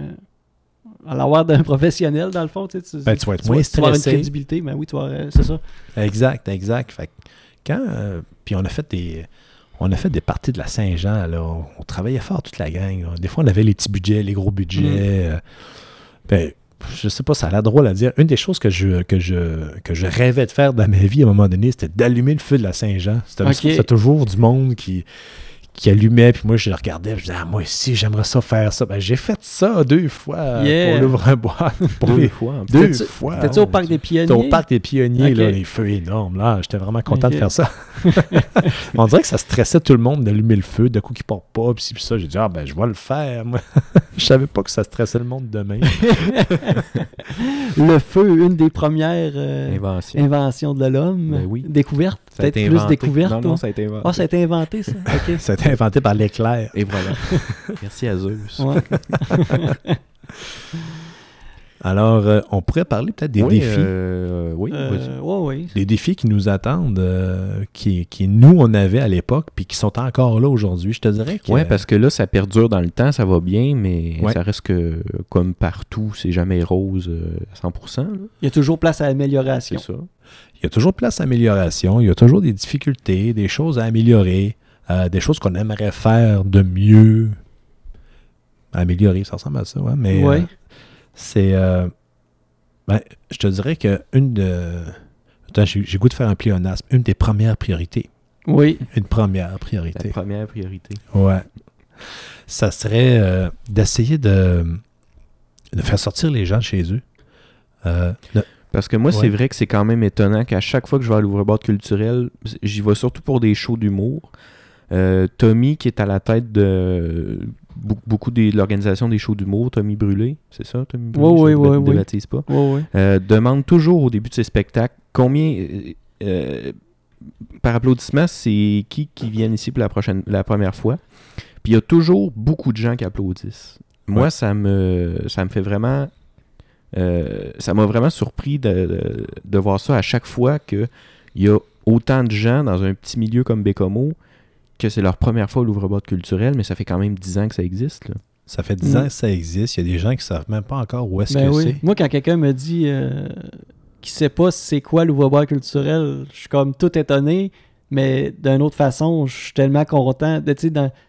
un, l'air d'un professionnel, dans le fond. Tu, sais, tu, ben, tu vas être tu moins vas, stressé. Tu vas avoir une crédibilité, mais oui, tu vas, euh, c'est ça. Exact, exact. Fait que quand... Euh, puis on a fait des... On a fait des parties de la Saint-Jean, là. On, on travaillait fort, toute la gang. Là. Des fois, on avait les petits budgets, les gros budgets. Mm. Euh, ben, je sais pas, ça a l'air drôle à dire. Une des choses que je, que je, que je rêvais de faire dans ma vie, à un moment donné, c'était d'allumer le feu de la Saint-Jean. C'était, okay. c'était toujours du monde qui... qui allumait, puis moi je le regardais, je disais ah, moi aussi j'aimerais ça faire ça. Ben j'ai fait ça deux fois yeah. pour l'ouvre-boîte. Pour deux les... fois. Deux T'étais-tu, fois. T'étais-tu au Parc des Pionniers? T'étais au Parc des Pionniers, okay. là, les feux énormes. Là, j'étais vraiment content okay. de faire ça. On dirait que ça stressait tout le monde d'allumer le feu, de coup qui part pas, puis, puis ça, j'ai dit ah ben je vais le faire. Moi. Je savais pas que ça stressait le monde demain. Le feu, une des premières euh, Invention. inventions de l'homme. Ben oui. Découverte. Ça a Peut-être été plus inventé. découverte. Non, non, ça a été inventé. Ah, ça a été inventé, ça. Okay. Ça a été inventé par l'éclair. Et voilà. Merci à Zeus. Ouais. Alors, euh, on pourrait parler peut-être des oui, défis. Euh, oui, euh, ouais, oui. Des défis qui nous attendent, euh, qui, qui nous, on avait à l'époque, puis qui sont encore là aujourd'hui. Je te dirais que... Oui, parce que là, ça perdure dans le temps, ça va bien, mais ouais. ça reste que, comme partout, c'est jamais rose euh, à cent pour cent. Là. Il y a toujours place à amélioration. C'est ça. Il y a toujours place à amélioration. Il y a toujours des difficultés, des choses à améliorer, euh, des choses qu'on aimerait faire de mieux. Améliorer, ça ressemble à ça, ouais, mais... Ouais. Euh, c'est... Euh, ben, je te dirais que une de... Attends, j'ai, j'ai goût de faire un pléonasme. Une des premières priorités. Oui. Une première priorité. La première priorité. Ouais. Ça serait euh, d'essayer de, de faire sortir les gens de chez eux. Euh, de... Parce que moi, ouais. c'est vrai que c'est quand même étonnant qu'à chaque fois que je vais à l'ouvre-boîte culturelle, j'y vais surtout pour des shows d'humour. Euh, Tommy, qui est à la tête de... beaucoup de l'organisation des shows d'humour, Tommy Brûlé, c'est ça, Tommy Brûlé? Oui, je oui, ne oui. débaptise pas. Oui, oui. Euh, demande toujours au début de ses spectacles combien, euh, par applaudissement, c'est qui qui viennent ici pour la, prochaine, la première fois. Puis il y a toujours beaucoup de gens qui applaudissent. Moi, ouais. ça me ça me fait vraiment... Euh, ça m'a vraiment surpris de, de, de voir ça à chaque fois qu'il y a autant de gens dans un petit milieu comme Bécomo que c'est leur première fois à l'ouvre-boîte culturelle, mais ça fait quand même dix ans que ça existe. Là. Ça fait dix mmh. ans que ça existe. Il y a des gens qui ne savent même pas encore où est-ce ben que oui. c'est. Moi, quand quelqu'un me dit euh, qu'il ne sait pas c'est quoi l'ouvre-boîte culturelle, je suis comme tout étonné, mais d'une autre façon, je suis tellement content. De, dans,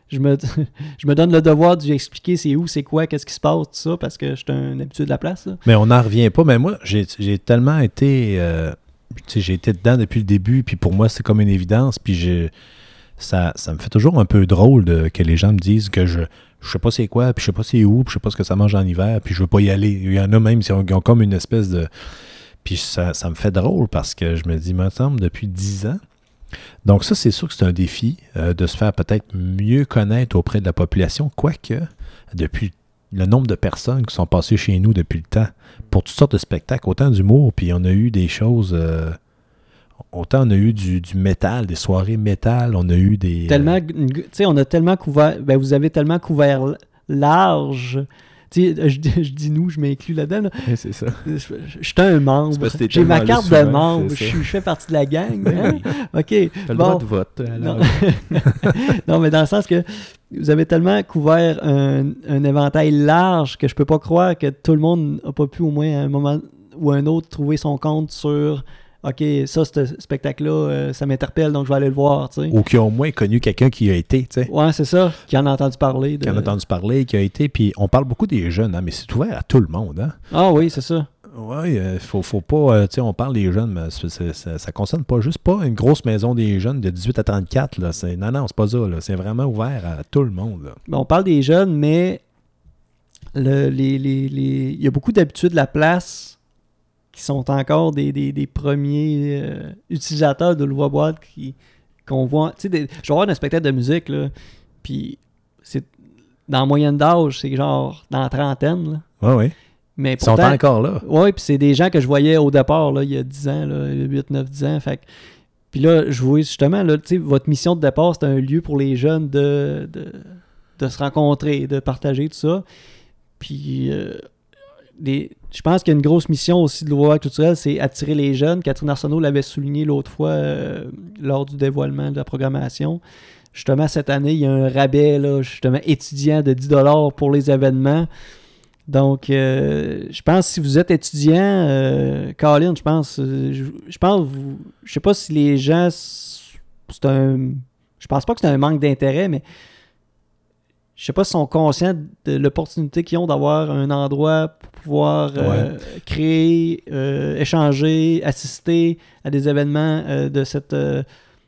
je me, je me donne le devoir de lui expliquer c'est où, c'est quoi, qu'est-ce qui se passe, tout ça, parce que je suis un habitué de la place. Là. Mais on n'en revient pas. Mais moi, j'ai, j'ai tellement été... Euh, tu sais, j'ai été dedans depuis le début, puis pour moi, c'est comme une évidence, puis je, ça, ça me fait toujours un peu drôle de, que les gens me disent que je je sais pas c'est quoi, puis je sais pas c'est où, puis je sais pas ce que ça mange en hiver, puis je veux pas y aller. Il y en a même qui ont, qui ont comme une espèce de... Puis ça, ça me fait drôle parce que je me dis, me semble, depuis dix ans. Donc ça, c'est sûr que c'est un défi euh, de se faire peut-être mieux connaître auprès de la population, quoique depuis le nombre de personnes qui sont passées chez nous depuis le temps pour toutes sortes de spectacles, autant d'humour, puis on a eu des choses... Euh, autant on a eu du, du métal, des soirées métal, on a eu des... Tellement, euh... tu sais, on a tellement couvert... Ben, vous avez tellement couvert large... Tu sais, je, je dis nous, je m'inclus là-dedans. Là. Ouais, c'est ça. Je, je, je suis un membre. J'ai ma carte souvent, de membre. Je, je fais partie de la gang. Hein? OK. T'as le bon. droit de vote. Non. non, mais dans le sens que vous avez tellement couvert un, un éventail large que je peux pas croire que tout le monde n'a pas pu au moins à un moment ou à un autre trouver son compte sur... OK, ça, ce spectacle-là, euh, ça m'interpelle, donc je vais aller le voir, tu sais. Ou qui a au moins connu quelqu'un qui y a été, tu sais. Ouais, c'est ça, qui en a entendu parler. De... Qui en a entendu parler, qui a été, puis on parle beaucoup des jeunes, hein, mais c'est ouvert à tout le monde, hein. Ah oui, c'est ça. Oui, il euh, faut, faut pas, euh, tu sais, on parle des jeunes, mais c'est, c'est, ça, ça concerne pas juste pas une grosse maison des jeunes de dix-huit à trente-quatre, là. C'est, non, non, c'est pas ça, là. C'est vraiment ouvert à tout le monde, là. Bon, on parle des jeunes, mais le, les, les, les... il y a beaucoup d'habitués de la place qui sont encore des, des, des premiers euh, utilisateurs de l'ouvre boîte qui, qu'on voit. Tu sais, des, je vais voir un spectacle de musique, là, puis c'est dans la moyenne d'âge, c'est genre dans la trentaine. Oui, oui. Mais pourtant, ils sont encore là. Oui, puis c'est des gens que je voyais au départ, là, il y a dix ans, là, huit, neuf, dix ans. Fait que, puis là, je vois justement, là, tu sais, votre mission de départ, c'est un lieu pour les jeunes de, de, de se rencontrer, de partager tout ça. Puis... Euh, Des, je pense qu'il y a une grosse mission aussi de l'Ouvre culturel, c'est attirer les jeunes. Catherine Arsenault l'avait souligné l'autre fois euh, lors du dévoilement de la programmation. Justement, cette année, il y a un rabais là, justement étudiant de dix dollars pour les événements. Donc, euh, je pense que si vous êtes étudiant, euh, Colin, je pense, euh, je, je pense, vous, je sais pas si les gens, c'est un, je pense pas que c'est un manque d'intérêt, mais je sais pas s'ils sont conscients de l'opportunité qu'ils ont d'avoir un endroit pour pouvoir euh, ouais. créer, euh, échanger, assister à des événements euh, de cette euh,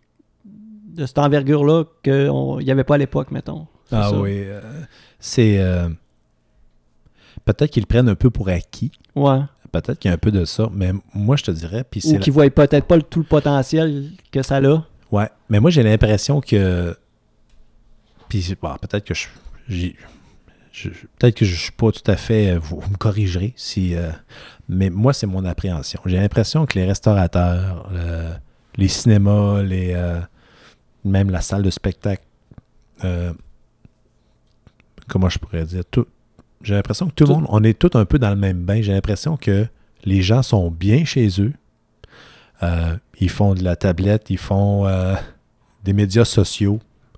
de cette envergure-là qu'il n'y avait pas à l'époque, mettons. C'est ah ça. Oui. Euh, c'est... Euh, peut-être qu'ils le prennent un peu pour acquis. Ouais. Peut-être qu'il y a un peu de ça, mais moi, je te dirais... Puis Ou qu'ils ne voient peut-être pas le, tout le potentiel que ça a. Ouais, mais moi, j'ai l'impression que... Puis bon, peut-être que je, j'ai, je, peut-être que je suis pas tout à fait... Vous, vous me corrigerez, si, euh, mais moi, c'est mon appréhension. J'ai l'impression que les restaurateurs, le, les cinémas, les, euh, même la salle de spectacle, euh, comment je pourrais dire, tout, j'ai l'impression que tout, tout le monde, on est tous un peu dans le même bain. J'ai l'impression que les gens sont bien chez eux. Euh, ils font de la tablette, ils font euh, des médias sociaux.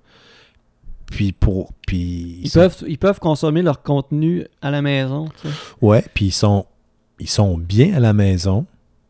Puis pour puis ils, ils peuvent ils peuvent consommer leur contenu à la maison. Tu sais. Ouais, puis ils sont ils sont bien à la maison.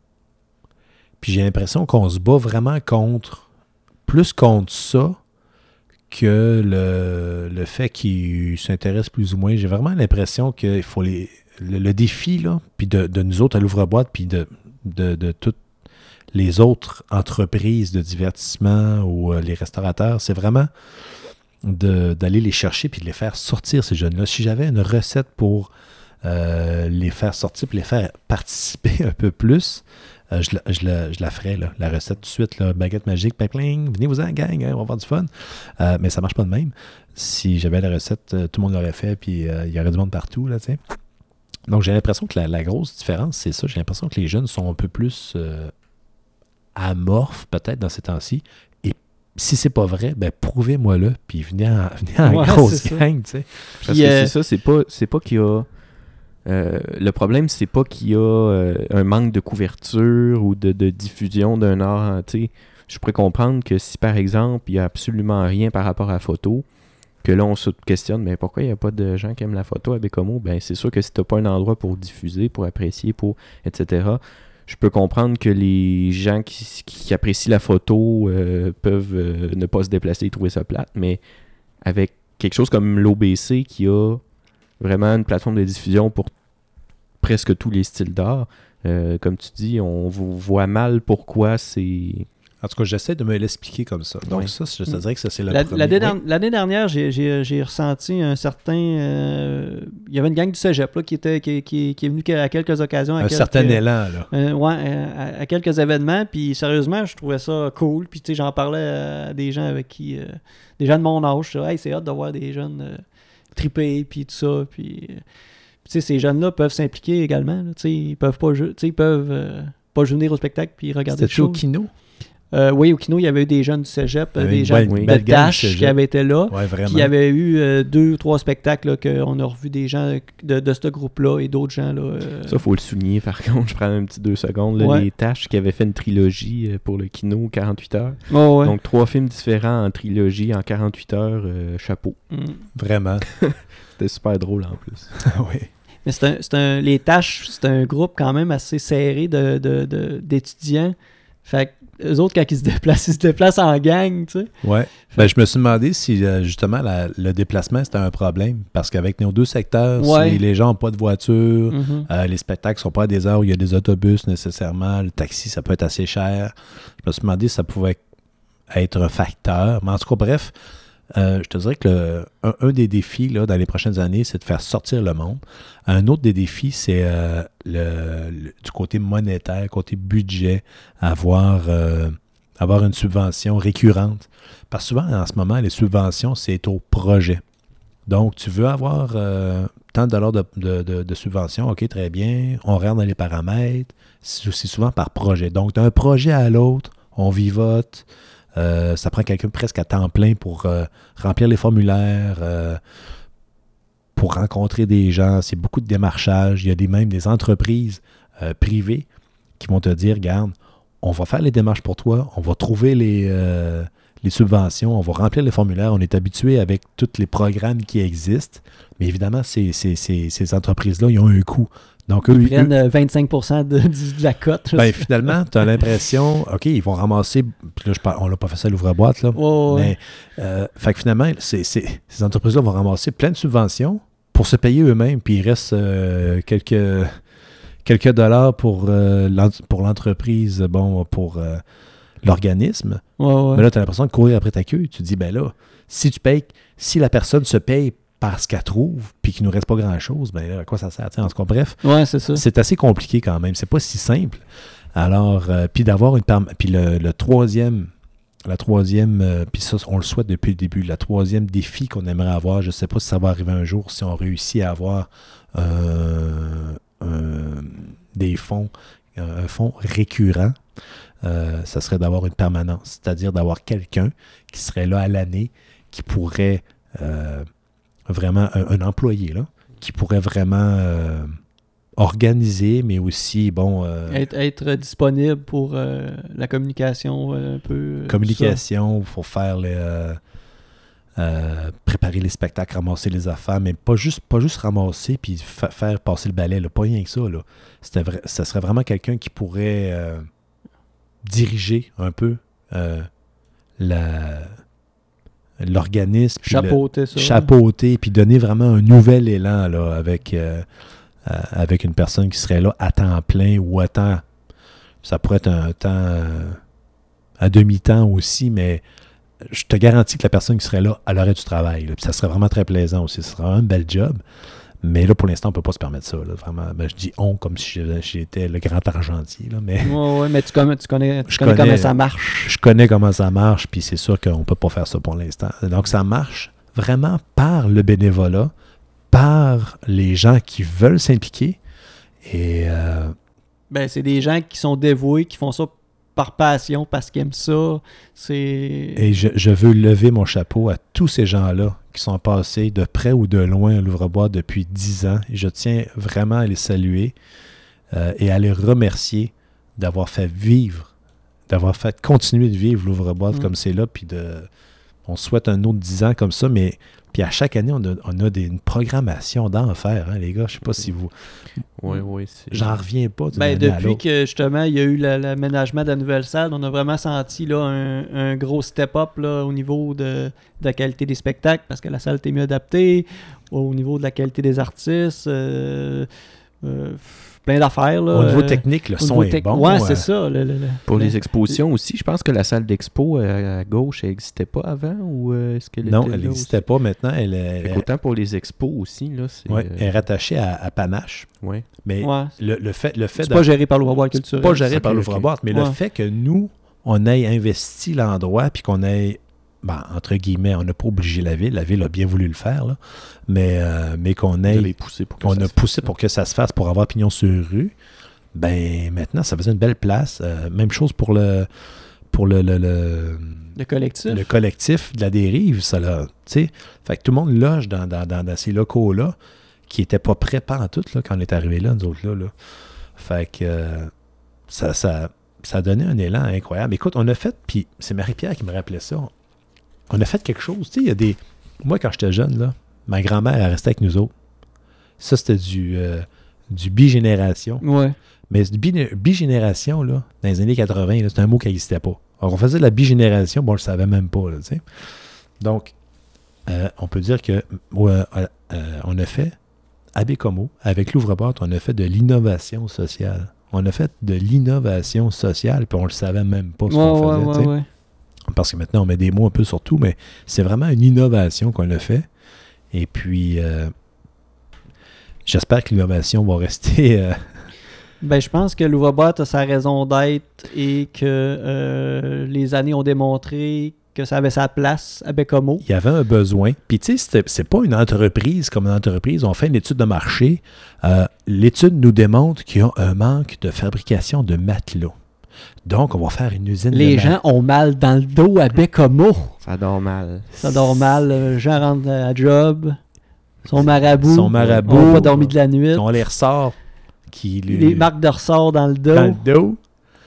Puis j'ai l'impression qu'on se bat vraiment contre plus contre ça que le, le fait qu'ils s'intéressent plus ou moins. J'ai vraiment l'impression qu'il faut les le, le défi là, puis de, de nous autres à l'ouvre-boîte, puis de, de, de toutes les autres entreprises de divertissement ou euh, les restaurateurs, c'est vraiment De, d'aller les chercher puis de les faire sortir, ces jeunes-là. Si j'avais une recette pour euh, les faire sortir puis les faire participer un peu plus, euh, je, la, je, la, je la ferais, là, la recette tout de suite, là, baguette magique, pacling, venez-vous-en, gang, hein, on va avoir du fun. Euh, mais ça marche pas de même. Si j'avais la recette, euh, tout le monde l'aurait fait puis euh, il y aurait du monde partout, là, tu sais. Donc, j'ai l'impression que la, la grosse différence, c'est ça. J'ai l'impression que les jeunes sont un peu plus euh, amorphes, peut-être, dans ces temps-ci. Si c'est pas vrai, ben prouvez-moi-le, puis venez en, venez en ouais, grosse gang, tu sais. Parce que euh... c'est ça, c'est pas, c'est pas qu'il y a... Euh, le problème, c'est pas qu'il y a euh, un manque de couverture ou de, de diffusion d'un art, tu sais. Je pourrais comprendre que si, par exemple, il y a absolument rien par rapport à la photo, que là, on se questionne, mais pourquoi il n'y a pas de gens qui aiment la photo à Bécomo? Ben, c'est sûr que si t'as pas un endroit pour diffuser, pour apprécier, pour et cetera, je peux comprendre que les gens qui, qui apprécient la photo euh, peuvent euh, ne pas se déplacer et trouver ça plate, mais avec quelque chose comme l'O B C qui a vraiment une plateforme de diffusion pour presque tous les styles d'art, euh, comme tu dis, on voit mal pourquoi c'est... En tout cas, j'essaie de me l'expliquer comme ça. Donc, oui. ça, je te dirais que ça, c'est le la, premier. L'année, oui. l'année dernière, j'ai, j'ai, j'ai ressenti un certain... Euh, il y avait une gang du cégep là, qui, était, qui, qui, qui est venue à quelques occasions. À un quelques, certain élan, là. Euh, ouais, à, à quelques événements. Puis, sérieusement, je trouvais ça cool. Puis, tu sais, j'en parlais à des gens avec qui... Euh, des gens de mon âge. Ça, hey, c'est hâte de voir des jeunes euh, triper, puis tout ça. Puis, euh, tu sais, ces jeunes-là peuvent s'impliquer également. Tu sais, ils peuvent pas... Tu sais, ils peuvent... Euh, pas venir au spectacle puis regarder le show. show. C'était au Kino? Euh, oui, au Kino, il y avait eu des jeunes du cégep, euh, des gens belle, de belle Dash qui avaient été là. Ouais, vraiment. Puis il y avait eu euh, deux ou trois spectacles là, qu'on a revu des gens de, de ce groupe-là et d'autres gens. Là, euh... Ça, il faut le souligner par contre. Je prends un petit deux secondes. Là, ouais. Les Taches qui avaient fait une trilogie pour le Kino, quarante-huit heures. Oh, ouais. Donc, trois films différents en trilogie en quarante-huit heures. Euh, chapeau. Mm. Vraiment. C'était super drôle en plus. Oui. Mais c'est un, c'est un, les Taches, c'est un groupe quand même assez serré de, de, de, d'étudiants. Fait que eux autres, quand ils se déplacent, ils se déplacent en gang, tu sais. Ouais. Ben, je me suis demandé si, justement, la, le déplacement, c'était un problème. Parce qu'avec nos deux secteurs, ouais. si les gens n'ont pas de voiture, mm-hmm. euh, les spectacles ne sont pas à des heures où il y a des autobus nécessairement, le taxi, ça peut être assez cher. Je me suis demandé si ça pouvait être un facteur. Mais en tout cas, bref, euh, je te dirais que le, un, un des défis là, dans les prochaines années, c'est de faire sortir le monde. Un autre des défis, c'est euh, le, le, du côté monétaire, côté budget, avoir, euh, avoir une subvention récurrente. Parce que souvent, en ce moment, les subventions, c'est au projet. Donc, tu veux avoir euh, tant de dollars de, de, de, de subvention, OK, très bien, on regarde dans les paramètres, c'est, c'est souvent par projet. Donc, d'un projet à l'autre, on vivote, euh, ça prend quelqu'un presque à temps plein pour euh, remplir les formulaires, euh, pour rencontrer des gens, c'est beaucoup de démarchage. Il y a des, même des entreprises euh, privées qui vont te dire, regarde, on va faire les démarches pour toi, on va trouver les, euh, les subventions, on va remplir les formulaires, on est habitué avec tous les programmes qui existent, mais évidemment, ces, ces, ces, ces entreprises-là, ils ont un coût. Donc, eux, ils prennent eux, vingt-cinq pour cent de, de la cote. Ben, finalement, tu as l'impression, OK, ils vont ramasser, puis là, je parle, on l'a pas fait ça à l'ouvre-boîte, là, oh, mais euh, fait que finalement, c'est, c'est, ces entreprises-là vont ramasser plein de subventions pour se payer eux-mêmes, puis il reste euh, quelques, quelques dollars pour, euh, l'ent- pour l'entreprise, bon, pour euh, l'organisme. Ouais, ouais. Mais là, tu as l'impression de courir après ta queue. Tu te dis, ben là, si tu payes, si la personne se paye parce qu'elle trouve, puis qu'il ne nous reste pas grand-chose, ben là, à quoi ça sert? En tout cas, bref, ouais, c'est ça. C'est assez compliqué quand même. C'est pas si simple. Alors, euh, puis d'avoir une... Perm- puis le, le troisième... La troisième, euh, puis ça, on le souhaite depuis le début, la troisième défi qu'on aimerait avoir, je ne sais pas si ça va arriver un jour, si on réussit à avoir euh, un, des fonds, un fonds récurrent, euh, ça serait d'avoir une permanence, c'est-à-dire d'avoir quelqu'un qui serait là à l'année, qui pourrait euh, vraiment, un, un employé, là, qui pourrait vraiment... Euh, organiser, mais aussi, bon... Euh, être, être disponible pour euh, la communication euh, un peu... Euh, communication, il faut faire les... Euh, euh, préparer les spectacles, ramasser les affaires, mais pas juste, pas juste ramasser puis fa- faire passer le balai, là, pas rien que ça. Là. C'était vrai, ça serait vraiment quelqu'un qui pourrait euh, diriger un peu euh, la... l'organisme. Chapeauter le, ça. Chapeauter, puis donner vraiment un nouvel élan là, avec... Euh, Euh, avec une personne qui serait là à temps plein ou à temps, ça pourrait être un temps euh, à demi-temps aussi, mais je te garantis que la personne qui serait là, elle aurait du travail. Là, puis ça serait vraiment très plaisant aussi. Ce serait un bel job. Mais là, pour l'instant, on ne peut pas se permettre ça. Là, vraiment. Ben, je dis on comme si j'étais le grand argentier. Là, mais ouais, ouais, mais tu connais, tu connais, tu je connais, connais comment ça marche. Je connais comment ça marche, puis c'est sûr qu'on ne peut pas faire ça pour l'instant. Donc, ça marche vraiment par le bénévolat, par les gens qui veulent s'impliquer. Et euh... ben, c'est des gens qui sont dévoués, qui font ça par passion, parce qu'ils aiment ça. C'est... Et je, je veux lever mon chapeau à tous ces gens-là qui sont passés de près ou de loin à l'Ouvre-Boîte depuis dix ans. Et je tiens vraiment à les saluer euh, et à les remercier d'avoir fait vivre, d'avoir fait continuer de vivre l'Ouvre-Boîte mmh. comme c'est là, puis de... on souhaite un autre dix ans comme ça, mais puis à chaque année, on a, on a des, une programmation d'enfer, hein, les gars. Je sais pas si vous... Oui, oui. J'en reviens pas d'une ben, année à depuis l'autre. que, justement, il y a eu la- l'aménagement de la nouvelle salle, on a vraiment senti là, un, un gros step-up là, au niveau de, de la qualité des spectacles, parce que la salle était mieux adaptée, au niveau de la qualité des artistes, euh, euh, plein d'affaires. Là, Au niveau euh, technique, le au son niveau est tec- bon. Ouais, euh, c'est ça. le- le- le- Pour le- les expositions aussi, je pense que la salle d'expo euh, à gauche, elle n'existait pas avant ou euh, est-ce qu'elle Non, était elle là n'existait pas maintenant. Elle, est- aussi? Fait elle- qu'autant pour les expos aussi, là, c'est... ouais, euh, elle est rattachée à, à Panache. ouais. Mais Ouais. le, le fait, le fait C'est de- pas géré par l'Ouvre-Boîte c'est culturel. pas géré Ok, par ok. l'ouvre-boîte, mais le Ouais. fait que nous, on ait investi l'endroit, puis qu'on ait, ben, entre guillemets, on n'a pas obligé la ville, la ville a bien voulu le faire, là, mais, euh, mais qu'on Vous ait, avez poussé pour que qu'on ça a se poussé fasse, pour que ça se fasse, pour avoir pignon sur rue, ben maintenant, ça faisait une belle place. Euh, même chose pour le pour le, le, le, Le collectif. le collectif de la dérive, ça là, tu sais. Fait que tout le monde loge dans, dans, dans, dans ces locaux-là qui n'étaient pas prêts pas en tout là, quand on est arrivé là, nous autres là. là. Fait que euh, ça, ça, ça a donné un élan incroyable. Écoute, on a fait, puis c'est Marie-Pierre qui me rappelait ça, on a fait quelque chose, tu sais, il y a des... Moi, quand j'étais jeune, là, ma grand-mère, elle restait avec nous autres. Ça, c'était du, euh, du bigénération. Ouais. Mais du bi- bigénération, là, dans les années quatre-vingts, là, c'est un mot qui n'existait pas. Alors, on faisait de la bigénération, bon, on ne le savait même pas, là, tu sais. Donc, euh, on peut dire que ouais, euh, euh, on a fait, à Bécomo, avec l'ouvre-boîte, on a fait de l'innovation sociale. On a fait de l'innovation sociale, puis on ne le savait même pas ce Ouais, qu'on ouais, faisait, ouais, tu sais. ouais. Parce que maintenant, on met des mots un peu sur tout, mais c'est vraiment une innovation qu'on a fait. Et puis, euh, j'espère que l'innovation va rester... euh, Ben, je pense que l'Ouvre-Boîte a sa raison d'être et que euh, les années ont démontré que ça avait sa place à Bécomo. il y avait un besoin. Puis, tu sais, c'était- c'est pas une entreprise comme une entreprise. On fait une étude de marché. Euh, l'étude nous démontre qu'il y a un manque de fabrication de matelas. Donc, on va faire une usine Les de gens ont mal dans le dos à Bécomo. Ça dort mal. Ça dort mal. Les gens rentrent à job. Son marabout. Son marabout. On n'a pas dormi de la nuit. matelas. On les ressort. Qui, lui- Les marques de ressort dans le dos. dans le dos.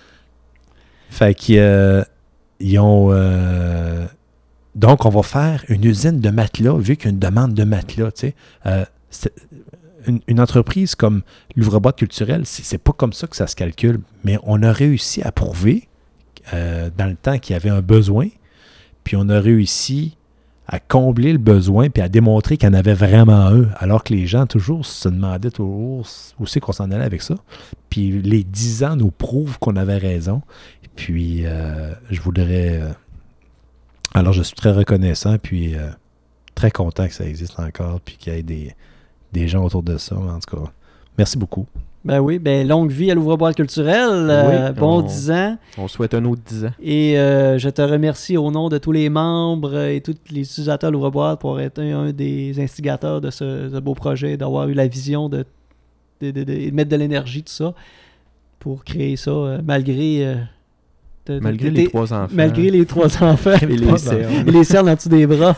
Fait qu'ils euh, ils ont... euh, donc, on va faire une usine de matelas, vu qu'il y a une demande de matelas, tu sais. Euh, c'est- une, une entreprise comme l'ouvre-boîte culturelle, c'est, c'est pas comme ça que ça se calcule, mais on a réussi à prouver euh, dans le temps qu'il y avait un besoin, puis on a réussi à combler le besoin puis à démontrer qu'il y en avait vraiment un, alors que les gens toujours se demandaient toujours où c'est qu'on s'en allait avec ça. Puis les dix ans nous prouvent qu'on avait raison. Puis euh, je voudrais... euh, alors je suis très reconnaissant puis euh, très content que ça existe encore puis qu'il y ait des, des gens autour de ça. En tout cas, merci beaucoup. Ben oui, ben longue vie à l'Ouvre-Boîte culturelle. Euh, Oui, bon on- dix ans. On souhaite un autre dix ans. Et euh, je te remercie au nom de tous les membres euh, et tous les utilisateurs de l'Ouvre-Boîte pour être un, un des instigateurs de ce, ce beau projet, d'avoir eu la vision de, de, de- de- de mettre de l'énergie, tout ça, pour créer ça, euh, malgré... euh, de- de- Malgré de- les de- trois enfants. Malgré les trois enfants. Et les cernes. Et les cernes en dessous des bras.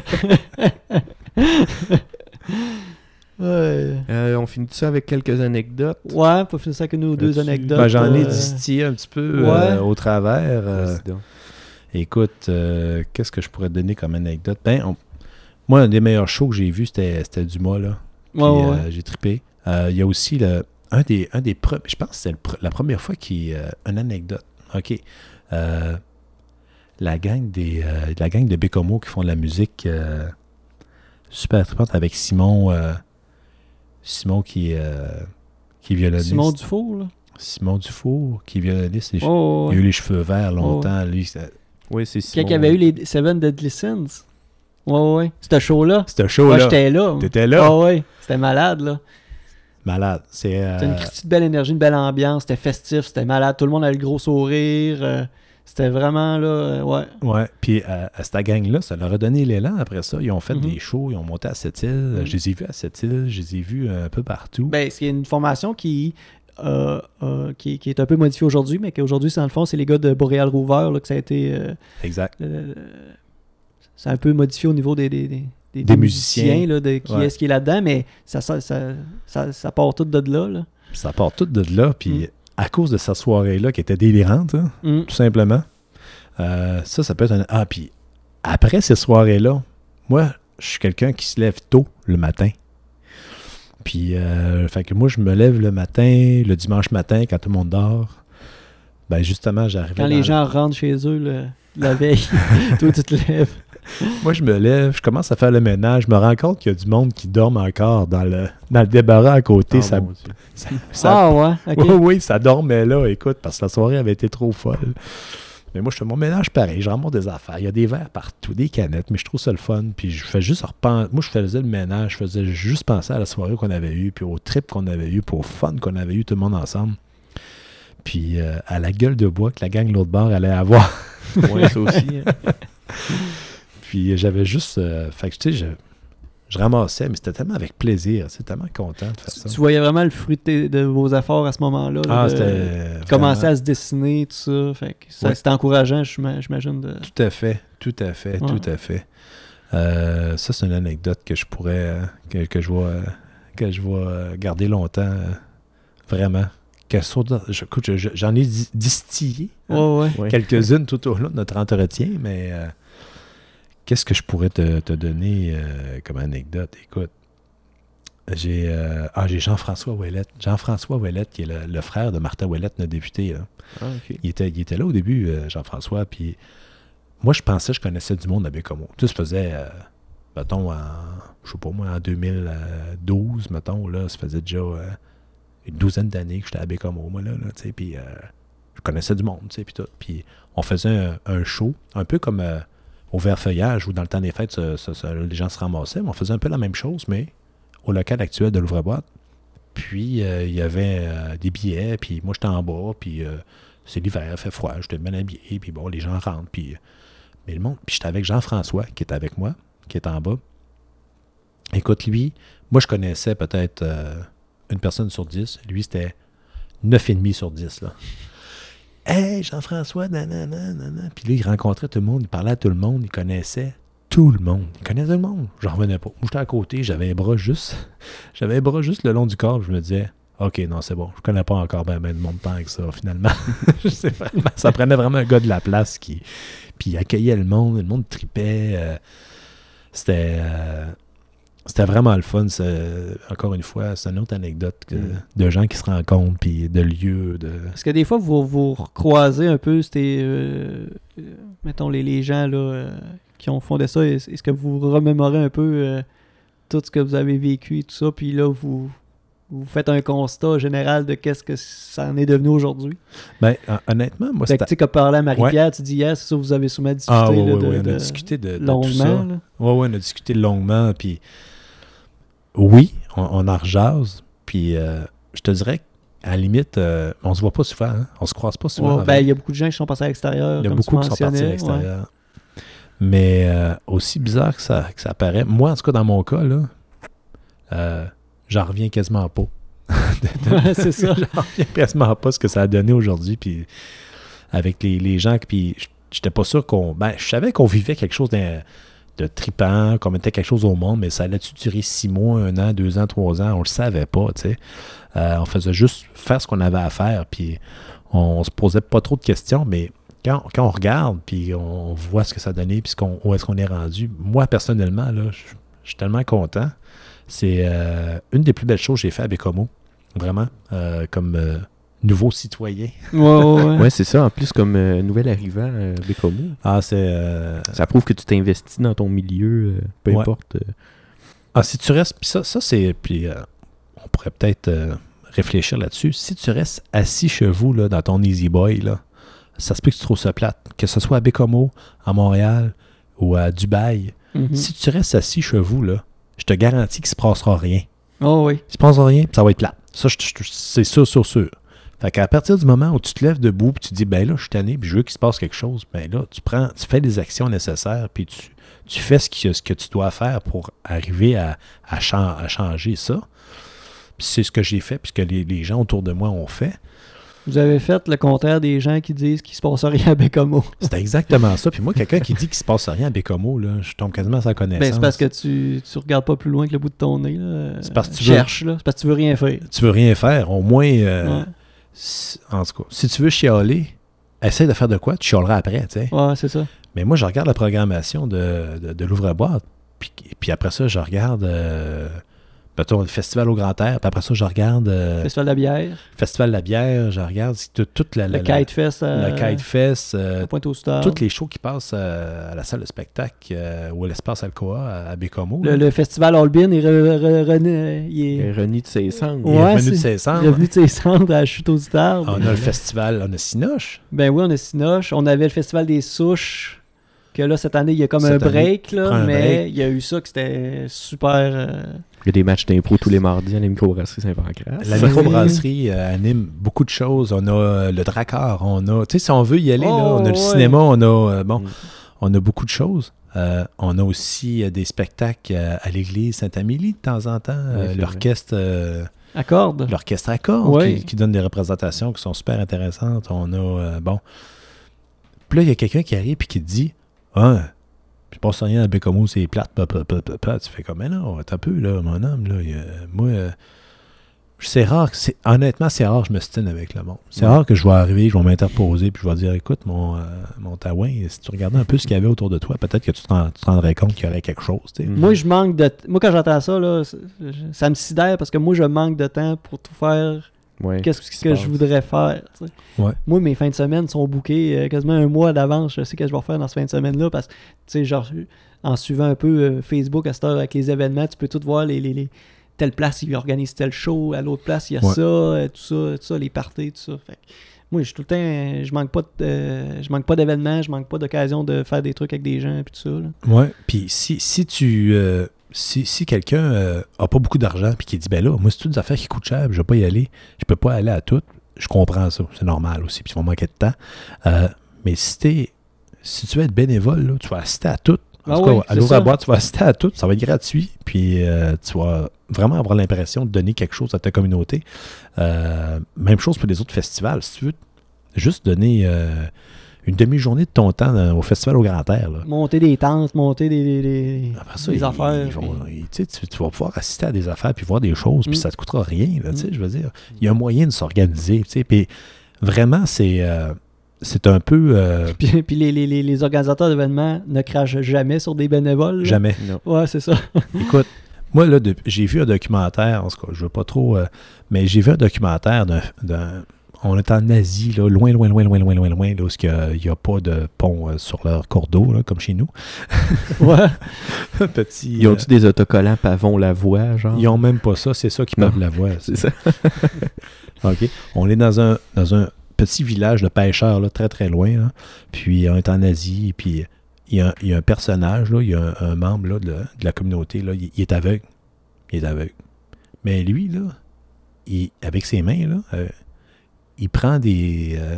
ouais. Euh, on finit ça avec quelques anecdotes. Ouais, pour finir ça que nous deux Là-dessus. anecdotes. Ben, j'en ai euh, distillé un petit peu ouais. euh, au travers. euh, Vas-y donc. Écoute, euh, qu'est-ce que je pourrais te donner comme anecdote? Ben, on- moi, un des meilleurs shows que j'ai vu, c'était, c'était Dumas, là. Puis, ouais, ouais, euh, ouais. j'ai trippé. Euh, Il y a aussi le, un des, un des pre- je pense que c'est le pre- la première fois qu'il y a une anecdote. OK. Euh, la gang des euh, la gang de Bécomo qui font de la musique euh, super trippante avec Simon euh, Simon qui est euh, qui est violoniste. Simon Dufour, là. Simon Dufour qui est violoniste. Les che- Oh, Il a ouais. eu les cheveux verts longtemps. Lui, ça- Oui, c'est Simon. Quand il y avait eu les Seven Deadly Sins. Ouais, ouais, ouais. C'était show-là. c'était chaud, Moi, là. j'étais là. T'étais là? Ah ouais, c'était malade, là. Malade. C'est, euh, C'était une petite belle énergie, une belle ambiance. C'était festif, c'était malade. Tout le monde avait le gros sourire. euh, c'était vraiment, là, euh, ouais. Ouais, puis à, à cette gang-là, ça leur a donné l'élan après ça. Ils ont fait Mhm. des shows, ils ont monté à Sept-Îles. Mhm. Je les ai vus à Sept-Îles, je les ai vus un peu partout. Ben, c'est une formation qui, euh, euh, qui, qui est un peu modifiée aujourd'hui, mais qu'aujourd'hui, c'est dans le fond, c'est les gars de Boreal Rover, là, que ça a été... euh, Exact. euh, c'est un peu modifié au niveau des, des, des, des- Des des musiciens. musiciens, là, de qui Ouais. est-ce qui est là-dedans, mais ça, ça, ça, ça, ça part tout de là, là. Ça part tout de là, puis Mhm. à cause de cette soirée-là qui était délirante, hein, Mm. tout simplement, euh, ça, ça peut être un... Ah, puis après ces soirées-là, moi, je suis quelqu'un qui se lève tôt le matin. Puis, euh, fait que moi, je me lève le matin, le dimanche matin, quand tout le monde dort. Ben, justement, j'arrive. Quand les gens rentrent chez eux le, la veille, toi, tu te lèves. Moi, je me lève, je commence à faire le ménage. Je me rends compte qu'il y a du monde qui dorme encore dans le, dans le débarras à côté. Ah, ça, mon Dieu. ça, ça- Ah ouais, ok. Oui, oui, ça dormait là, écoute, parce que la soirée avait été trop folle. Mais moi, je fais mon ménage pareil, je ramasse des affaires. Il y a des verres partout, des canettes, mais je trouve ça le fun. Puis je fais juste repenser. Moi, je faisais le ménage, je faisais juste penser à la soirée qu'on avait eue, puis au trip qu'on avait eu, puis au fun qu'on avait eu tout le monde ensemble. Puis euh, à la gueule de bois que la gang de l'autre bord allait avoir. Ouais, ça aussi. Hein. Puis j'avais juste. Euh, fait que tu sais, je, je ramassais, mais c'était tellement avec plaisir. C'est tellement content de faire Tu, ça. tu voyais vraiment le fruit de, tes- de vos efforts à ce moment-là. là, Ah, de- c'était. qui commençait vraiment- à se dessiner, tout ça. Fait que ça, Ouais. c'était encourageant, j'ima- j'imagine. De... Tout à fait, tout à fait, Ouais. tout à fait. Euh, ça, c'est une anecdote que je pourrais, euh, que, que je vais, euh, que je vais euh, garder longtemps, euh, vraiment. Que sur- je- écoute, je- je- j'en ai di- distillé hein, Ouais, ouais. Ouais. quelques-unes tout au long de notre entretien, mais euh, qu'est-ce que je pourrais te, te donner euh, comme anecdote? Écoute, j'ai euh, ah, j'ai Jean-François Ouellette. Jean-François Ouellette, qui est le, le frère de Martin Ouellette, notre député. Là. Ah, ok. Il était, il était là au début, euh, Jean-François, puis moi, je pensais que je connaissais du monde à Bécomo. Tout se faisait, euh, mettons, en, je sais pas moi, en deux mille douze, mettons, là, ça faisait déjà euh, une douzaine d'années que j'étais à Bécomo, moi, là, là tu sais, puis euh, je connaissais du monde, tu sais, puis tout. Puis on faisait un, un show, un peu comme euh, au Vert-Feuillage, où dans le temps des fêtes, ça- ça- ça- les gens se ramassaient, mais on faisait un peu la même chose, mais au local actuel de l'Ouvre-Boîte. Puis euh, il y avait euh, des billets, puis moi, j'étais en bas, puis euh, c'est l'hiver, il fait froid, j'étais bien habillé, puis bon, les gens rentrent, puis... Mais le monde... Puis j'étais avec Jean-François, qui était avec moi, qui est en bas. Écoute, lui, moi, je connaissais peut-être euh, une personne sur dix. Lui, c'était neuf virgule cinq sur dix, là. Hey, Jean-François, nanana, nanana. Puis là, il rencontrait tout le monde, il parlait à tout le monde, il connaissait tout le monde. Il connaissait tout le monde. J'en revenais pas. Moi, j'étais à côté, j'avais les bras juste... j'avais les bras juste le long du corps, puis je me disais... OK, non, c'est bon. Je connais pas encore ben, ben de monde temps que ça, finalement. Je sais vraiment, ça prenait vraiment un gars de la place qui... Puis il accueillait le monde, le monde tripait. Euh, c'était... euh, c'était vraiment le fun. C'est- encore une fois, c'est une autre anecdote que- Mm. de gens qui se rencontrent, puis de lieux, de... Parce que des fois, vous vous croisez un peu, c'était, euh, euh, mettons, les, les gens là, euh, qui ont fondé ça. Est- Est-ce que vous remémorez un peu euh, tout ce que vous avez vécu et tout ça, puis là, vous, vous faites un constat général de qu'est-ce que ça en est devenu aujourd'hui? Ben, hon- honnêtement, moi, Fait que, tu c'était... sais, comme parler à Marie-Pierre, tu dis hier, c'est ça, vous avez sûrement discuté Ah, oui, là, oui, de, oui, on de- a discuté de, de tout longuement. ça. là. Oui, oui, on a discuté longuement, puis oui, on, on en rejase, puis euh, je te dirais qu'à la limite, euh, on se voit pas souvent, hein? On se croise pas souvent. Ouais, avant. ben, il y a beaucoup de gens qui sont passés à l'extérieur. Il y a comme beaucoup tu qui sont partis à mentionnais, ouais. l'extérieur. Mais euh, aussi bizarre que ça, que ça paraît, moi, en tout cas, dans mon cas, là, euh, j'en reviens quasiment pas. Ouais, c'est ça. J'en reviens quasiment pas ce que ça a donné aujourd'hui, puis avec les, les gens, puis j'étais pas sûr qu'on... Ben, je savais qu'on vivait quelque chose de, de trippant, qu'on mettait quelque chose au monde, mais ça allait-tu durer six mois, un an, deux ans, trois ans? On le savait pas, tu sais. Euh, on faisait juste faire ce qu'on avait à faire, puis on, on se posait pas trop de questions, mais quand, quand on regarde, puis on, on voit ce que ça a donné, puis ce qu'on, où est-ce qu'on est rendu, moi, personnellement, là, je je suis tellement content. C'est euh, une des plus belles choses que j'ai fait à Bécomo, vraiment, euh, comme euh, nouveau citoyen. Ouais, ouais, ouais. Ouais, c'est ça. En plus, comme euh, nouvel arrivant à Bécomo, Ah, c'est... euh, ça prouve que tu t'investis dans ton milieu, euh, peu Ouais. importe. euh. Ah, si tu restes... Puis ça, ça c'est... Puis euh, on pourrait peut-être euh, réfléchir là-dessus. Si tu restes assis chez vous, là, dans ton Easy Boy, là, ça se peut que tu trouves ça plate. Que ce soit à Bécomo, à Montréal ou à Dubaï. Mhm. Si tu restes assis chez vous, là, je te garantis qu'il ne se passera rien. Oh, oui. Il ne se passera rien, puis ça va être plate. Ça, je- je- c'est sûr, sûr, sûr. Fait qu'à partir du moment où tu te lèves debout puis tu dis, ben là, je suis tanné, puis je veux qu'il se passe quelque chose, ben là, tu prends, tu fais les actions nécessaires, puis tu, tu fais ce, qui, ce que tu dois faire pour arriver à, à, chan- à changer ça. Puis c'est ce que j'ai fait, puis ce que les, les gens autour de moi ont fait. Vous avez fait le contraire des gens qui disent qu'il se passe rien à Bécomo. C'était exactement ça. Puis moi, quelqu'un qui dit qu'il se passe rien à Bécomo, là, je tombe quasiment à sa connaissance. Ben, c'est parce que tu, tu regardes pas plus loin que le bout de ton nez. Là. C'est parce que tu cherches, là. C'est parce que tu veux rien faire. tu veux rien faire. Au moins, euh, Ouais. si- en tout cas, si tu veux chialer, essaie de faire de quoi, tu chialeras après, tu sais. Ouais, c'est ça. Mais moi, je regarde la programmation de, de, de l'ouvre-boîte, puis, puis après ça, je regarde, euh, mettons, le Festival au Grand Air, puis après ça, je regarde... Euh, Festival de la bière. Festival de la bière, je regarde toute tout la, la... Le Kite Fest. Le Euh, Kite Fest. Euh, Pointe-aux-Stars. toutes les shows qui passent euh, à la salle de spectacle euh, ou à l'espace Alcoa à, à Bécomo. Le, le Festival Albin est, re, re, re, re, il Il est est... reni de ses cendres. Il est Ouais, revenu de c'est- ses cendres. revenu de ses cendres à la chute aux guitares. On a le festival, on a Cinoche. Ben oui, on a Cinoche. On avait le Festival des souches. Que là, cette année, il y a comme Cette un année, break, là, prend un mais break. il y a eu ça que c'était super. euh, Il y a des matchs d'impro tous les mardis à la microbrasserie Saint-Pancras. La microbrasserie euh, anime beaucoup de choses. On a euh, le Drakkar, on a... Tu sais, si on veut y aller, Oh, là, on a le ouais. cinéma, on a... euh, bon, Mm. on a beaucoup de choses. Euh, on a aussi euh, des spectacles euh, à l'église Sainte-Amélie de temps en temps. Euh, c'est l'orchestre... euh, à cordes. l'orchestre à cordes Ouais. qui, qui donne des représentations qui sont super intéressantes. On a... euh, bon... Puis là, il y a quelqu'un qui arrive et qui te dit « Ah, je passe rien à Bécomo, c'est plate, pa, pa, pa, pa, pa. » Tu fais comme « Mais non, t'as un peu, là, mon homme. Là, il y a- moi... euh, c'est rare, que c'est, honnêtement, c'est rare que je me stine avec le monde. C'est Ouais. rare que je vais arriver, je vais m'interposer, puis je vais dire, écoute, mon, euh, mon taouin, si tu regardais un peu ce qu'il y avait autour de toi, peut-être que tu te, rend- tu te rendrais compte qu'il y aurait quelque chose. Tu sais. Mm. Moi, je manque de. t- Moi, quand j'entends ça, là, ça, ça me sidère parce que moi, je manque de temps pour tout faire. Ouais, Qu'est-ce ce qui se que passe. je voudrais faire. Tu sais. Ouais. Moi, mes fins de semaine sont bookées euh, quasiment un mois d'avance. Je sais que je vais faire dans cette fin de semaine-là parce que, tu sais, genre, en suivant un peu euh, Facebook à cette heure avec les événements, tu peux tout voir les. les, les telle place, il organise tel show, à l'autre place, il y a Ouais. ça, euh, tout ça, tout ça, les parties, tout ça. Fait que moi, je suis tout le temps, euh, je manque pas de, euh, je manque pas d'événements, je manque pas d'occasion de faire des trucs avec des gens et tout ça. Là. Ouais. Puis si, si tu. euh, si, si quelqu'un euh, a pas beaucoup d'argent puis qui dit ben là, moi c'est toutes des affaires qui coûtent cher, puis je vais pas y aller, je peux pas aller à toutes, je comprends ça, c'est normal aussi, puis il va manquer de temps. Euh, mais si t'es si tu veux être bénévole, là, tu vas assister à toutes. En Ah tout cas, oui, à c'est l'eau ça. à boîte, tu vas assister à tout, ça va être gratuit, puis euh, tu vas vraiment avoir l'impression de donner quelque chose à ta communauté. Euh, même chose pour les autres festivals. Si tu veux juste donner euh, une demi-journée de ton temps dans- au Festival au Grand Air, là. Monter des tentes, monter des, des, des, Après ça, des ils- affaires. ils vont- puis- ils- tu, sais, tu- tu vas pouvoir assister à des affaires puis voir des choses, puis Mm. ça te coûtera rien, là, tu sais, Mm. je veux dire. Il y a un moyen de s'organiser, tu sais, puis vraiment, c'est... euh, c'est un peu... euh, Puis, puis les, les, les, les organisateurs d'événements ne crachent jamais sur des bénévoles. là. jamais. Non. Ouais, c'est ça. Écoute, moi, là, de- j'ai vu un documentaire, en tout cas, je veux pas trop... euh, mais j'ai vu un documentaire d'un... d'un- on est en Asie, là, loin, loin, loin, loin, loin, loin, loin, là, où il n'y a, pas de pont euh, sur leur cours d'eau, là, comme chez nous. Ouais. Un petit... Ils euh, ont-tu des autocollants pavon la voix, genre? ils ont même pas ça, c'est ça qui Non. peuvent la voir. C'est ça. OK. On est dans un, dans un petit village de pêcheurs, là, très, très loin. Là. Puis on est en Asie, puis il y a, un- il y a un personnage, là, il y a un, un membre là, de, la, de la communauté, là, il, il est aveugle. Il est aveugle. Mais lui, là, il, avec ses mains, là, euh, il prend des, euh,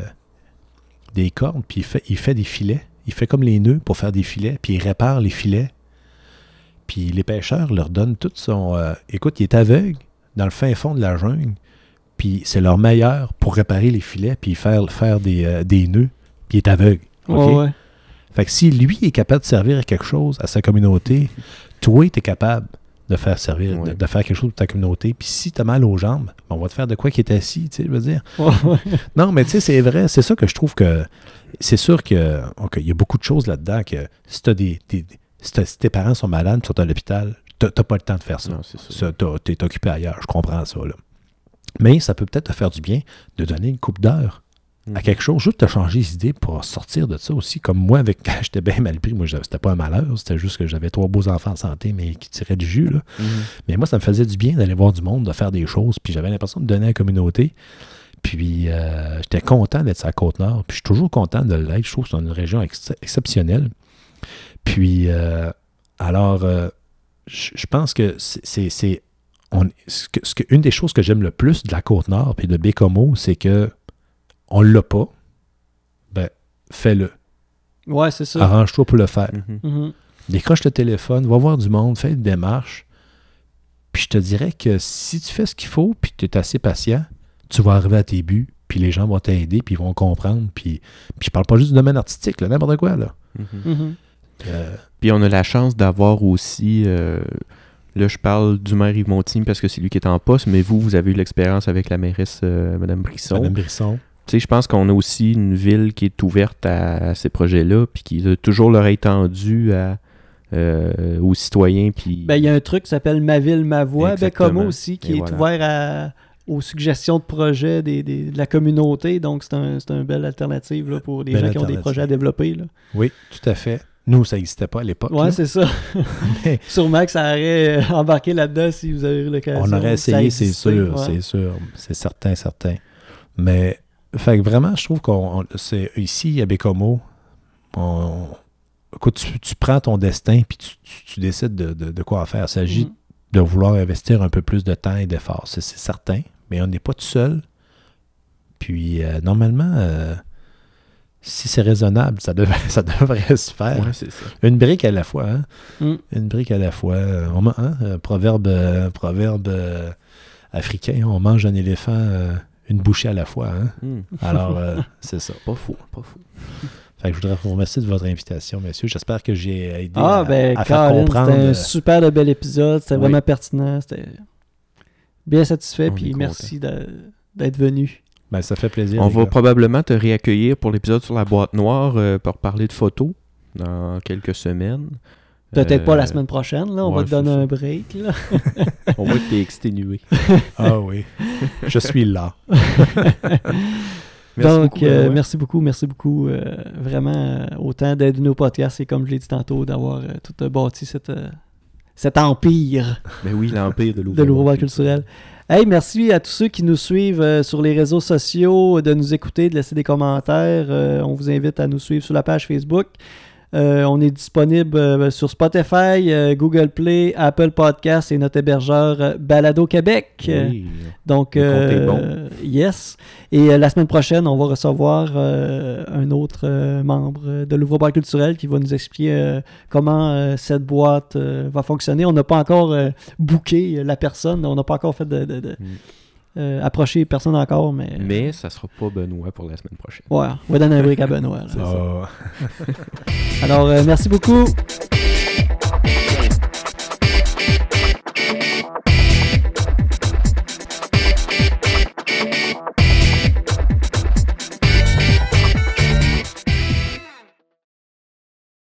des cordes, puis il fait, il fait des filets. Il fait comme les nœuds pour faire des filets, puis il répare les filets. Puis les pêcheurs leur donnent tout son... euh, écoute, il est aveugle dans le fin fond de la jungle, puis c'est leur meilleur pour réparer les filets, puis faire, faire des, euh, des nœuds, puis il est aveugle. OK? Ouais, ouais. Fait que si lui est capable de servir à quelque chose, à sa communauté, toi, tu es capable de faire servir, Ouais. de, de faire quelque chose pour ta communauté. Puis si tu as mal aux jambes, ben, on va te faire de quoi qui est assis, tu sais, je veux dire. Ouais, ouais. Non, mais tu sais, c'est vrai, c'est ça que je trouve que... C'est sûr que ok, il y a beaucoup de choses là-dedans que si, t'as des, des- si, t'as- si tes parents sont malades, tu sont à l'hôpital, tu n'as pas le temps de faire ça. Non, c'est ça. Ça, t'as- t'es occupé ailleurs, je comprends ça. Là. Mais ça peut peut-être te faire du bien de donner une coupe d'heure à Mhm. quelque chose, juste te changer les idées pour sortir de ça aussi. Comme moi, avec quand j'étais bien mal pris, moi, j'avais- c'était pas un malheur, c'était juste que j'avais trois beaux enfants en santé, mais qui tiraient du jus. Là. Mhm. Mais moi, ça me faisait du bien d'aller voir du monde, de faire des choses, puis j'avais l'impression de donner à la communauté. Puis euh, j'étais content d'être sur la Côte-Nord, puis je suis toujours content de l'être. Je trouve que c'est une région ex- exceptionnelle. Puis, euh, alors, euh, je je pense que c'est... c'est- c'est- on- ce que- ce que- une des choses que j'aime le plus de la Côte-Nord puis de Bécomo, c'est que on l'a pas, ben, fais-le. Ouais, c'est ça. Arrange-toi pour le faire. Mhm. Mhm. Décroche le téléphone, va voir du monde, fais une démarche. Puis je te dirais que si tu fais ce qu'il faut, puis que tu es assez patient, tu vas arriver à tes buts, puis les gens vont t'aider, puis ils vont comprendre. Puis, puis je parle pas juste du domaine artistique, là, n'importe quoi. Là. Mhm. Mhm. Euh, Puis on a la chance d'avoir aussi, euh, là je parle du maire Yves Montigny parce que c'est lui qui est en poste, mais vous, vous avez eu l'expérience avec la mairesse euh, Mme Brisson. Madame Brisson. sais, je pense qu'on a aussi une ville qui est ouverte à, à ces projets-là, puis qui a toujours l'oreille tendue à, euh, aux citoyens. Puis... Ben, il y a un truc qui s'appelle Ma ville, ma voix, Exactement. Baie-Comeau aussi, qui Et est voilà. ouvert à, aux suggestions de projets des, des- de la communauté. Donc, c'est un, c'est une belle alternative là, pour les Belle gens qui ont des alternative. projets à développer. Là. Oui, tout à fait. Nous, ça n'existait pas à l'époque. Ouais, là. c'est ça. Mais Sûrement que ça aurait euh, embarqué là-dedans si vous avez eu l'occasion. on aurait Ça essayé, c'est existait, sûr, ouais. c'est sûr. C'est certain, certain. Mais, fait que vraiment, je trouve qu'on, on- c'est ici, à Baie-Comeau, on, écoute, tu, tu prends ton destin puis tu, tu- tu décides de, de- de quoi faire. Il s'agit Mhm. de vouloir investir un peu plus de temps et d'efforts. C'est, c'est certain, mais on n'est pas tout seul. Puis, euh, normalement, euh, si c'est raisonnable, ça devrait, ça devrait se faire. Ouais, c'est ça. Une brique à la fois, hein? Mm. Une brique à la fois. Euh, On, man- hein? Un proverbe, euh, proverbe euh, africain, on mange un éléphant euh, une bouchée à la fois. Hein? Hmm. Alors, euh, c'est ça. Pas fou, pas fou. Fait que je voudrais vous remercier de votre invitation, messieurs. J'espère que j'ai aidé Ah, à, ben, à faire Colin, comprendre. c'était un euh, super de bel épisode. C'était Oui. vraiment pertinent. C'était bien satisfait. On Puis est merci de- d'être venu. Ben, ça fait plaisir. On les va gars. probablement te réaccueillir pour l'épisode sur la boîte noire euh, pour parler de photos dans quelques semaines. Peut-être pas Euh, la semaine prochaine. Là. On ouais, va te donner c'est ça. un break. Là. On voit que t'es exténué. Ah oui. Je suis là. Merci Donc, beaucoup, euh, Benoît. merci beaucoup, merci beaucoup. euh, vraiment, euh, autant d'aider nos podcasts et comme je l'ai dit tantôt, d'avoir euh, tout euh, bâti cette, euh, cet empire Ben oui, l'empire de de l'ouvrier l'ouvroir culturel. Hey, merci à tous ceux qui nous suivent euh, sur les réseaux sociaux, de nous écouter, de laisser des commentaires. Euh, on vous invite à nous suivre sur la page Facebook. Euh, on est disponible euh, sur Spotify, euh, Google Play, Apple Podcasts et notre hébergeur euh, Balado Québec. Euh, Oui. Donc, Le compte est euh, yes. Et euh, la semaine prochaine, on va recevoir euh, un autre euh, membre de l'Ouvroir culturel qui va nous expliquer euh, comment euh, cette boîte euh, va fonctionner. On n'a pas encore euh, booké la personne, on n'a pas encore fait de, de- de- Mm. euh, approcher personne encore, mais, Mais ça sera pas Benoît pour la semaine prochaine. ouais, on va donner un break à Benoît. là. Ah. Alors, euh, merci beaucoup.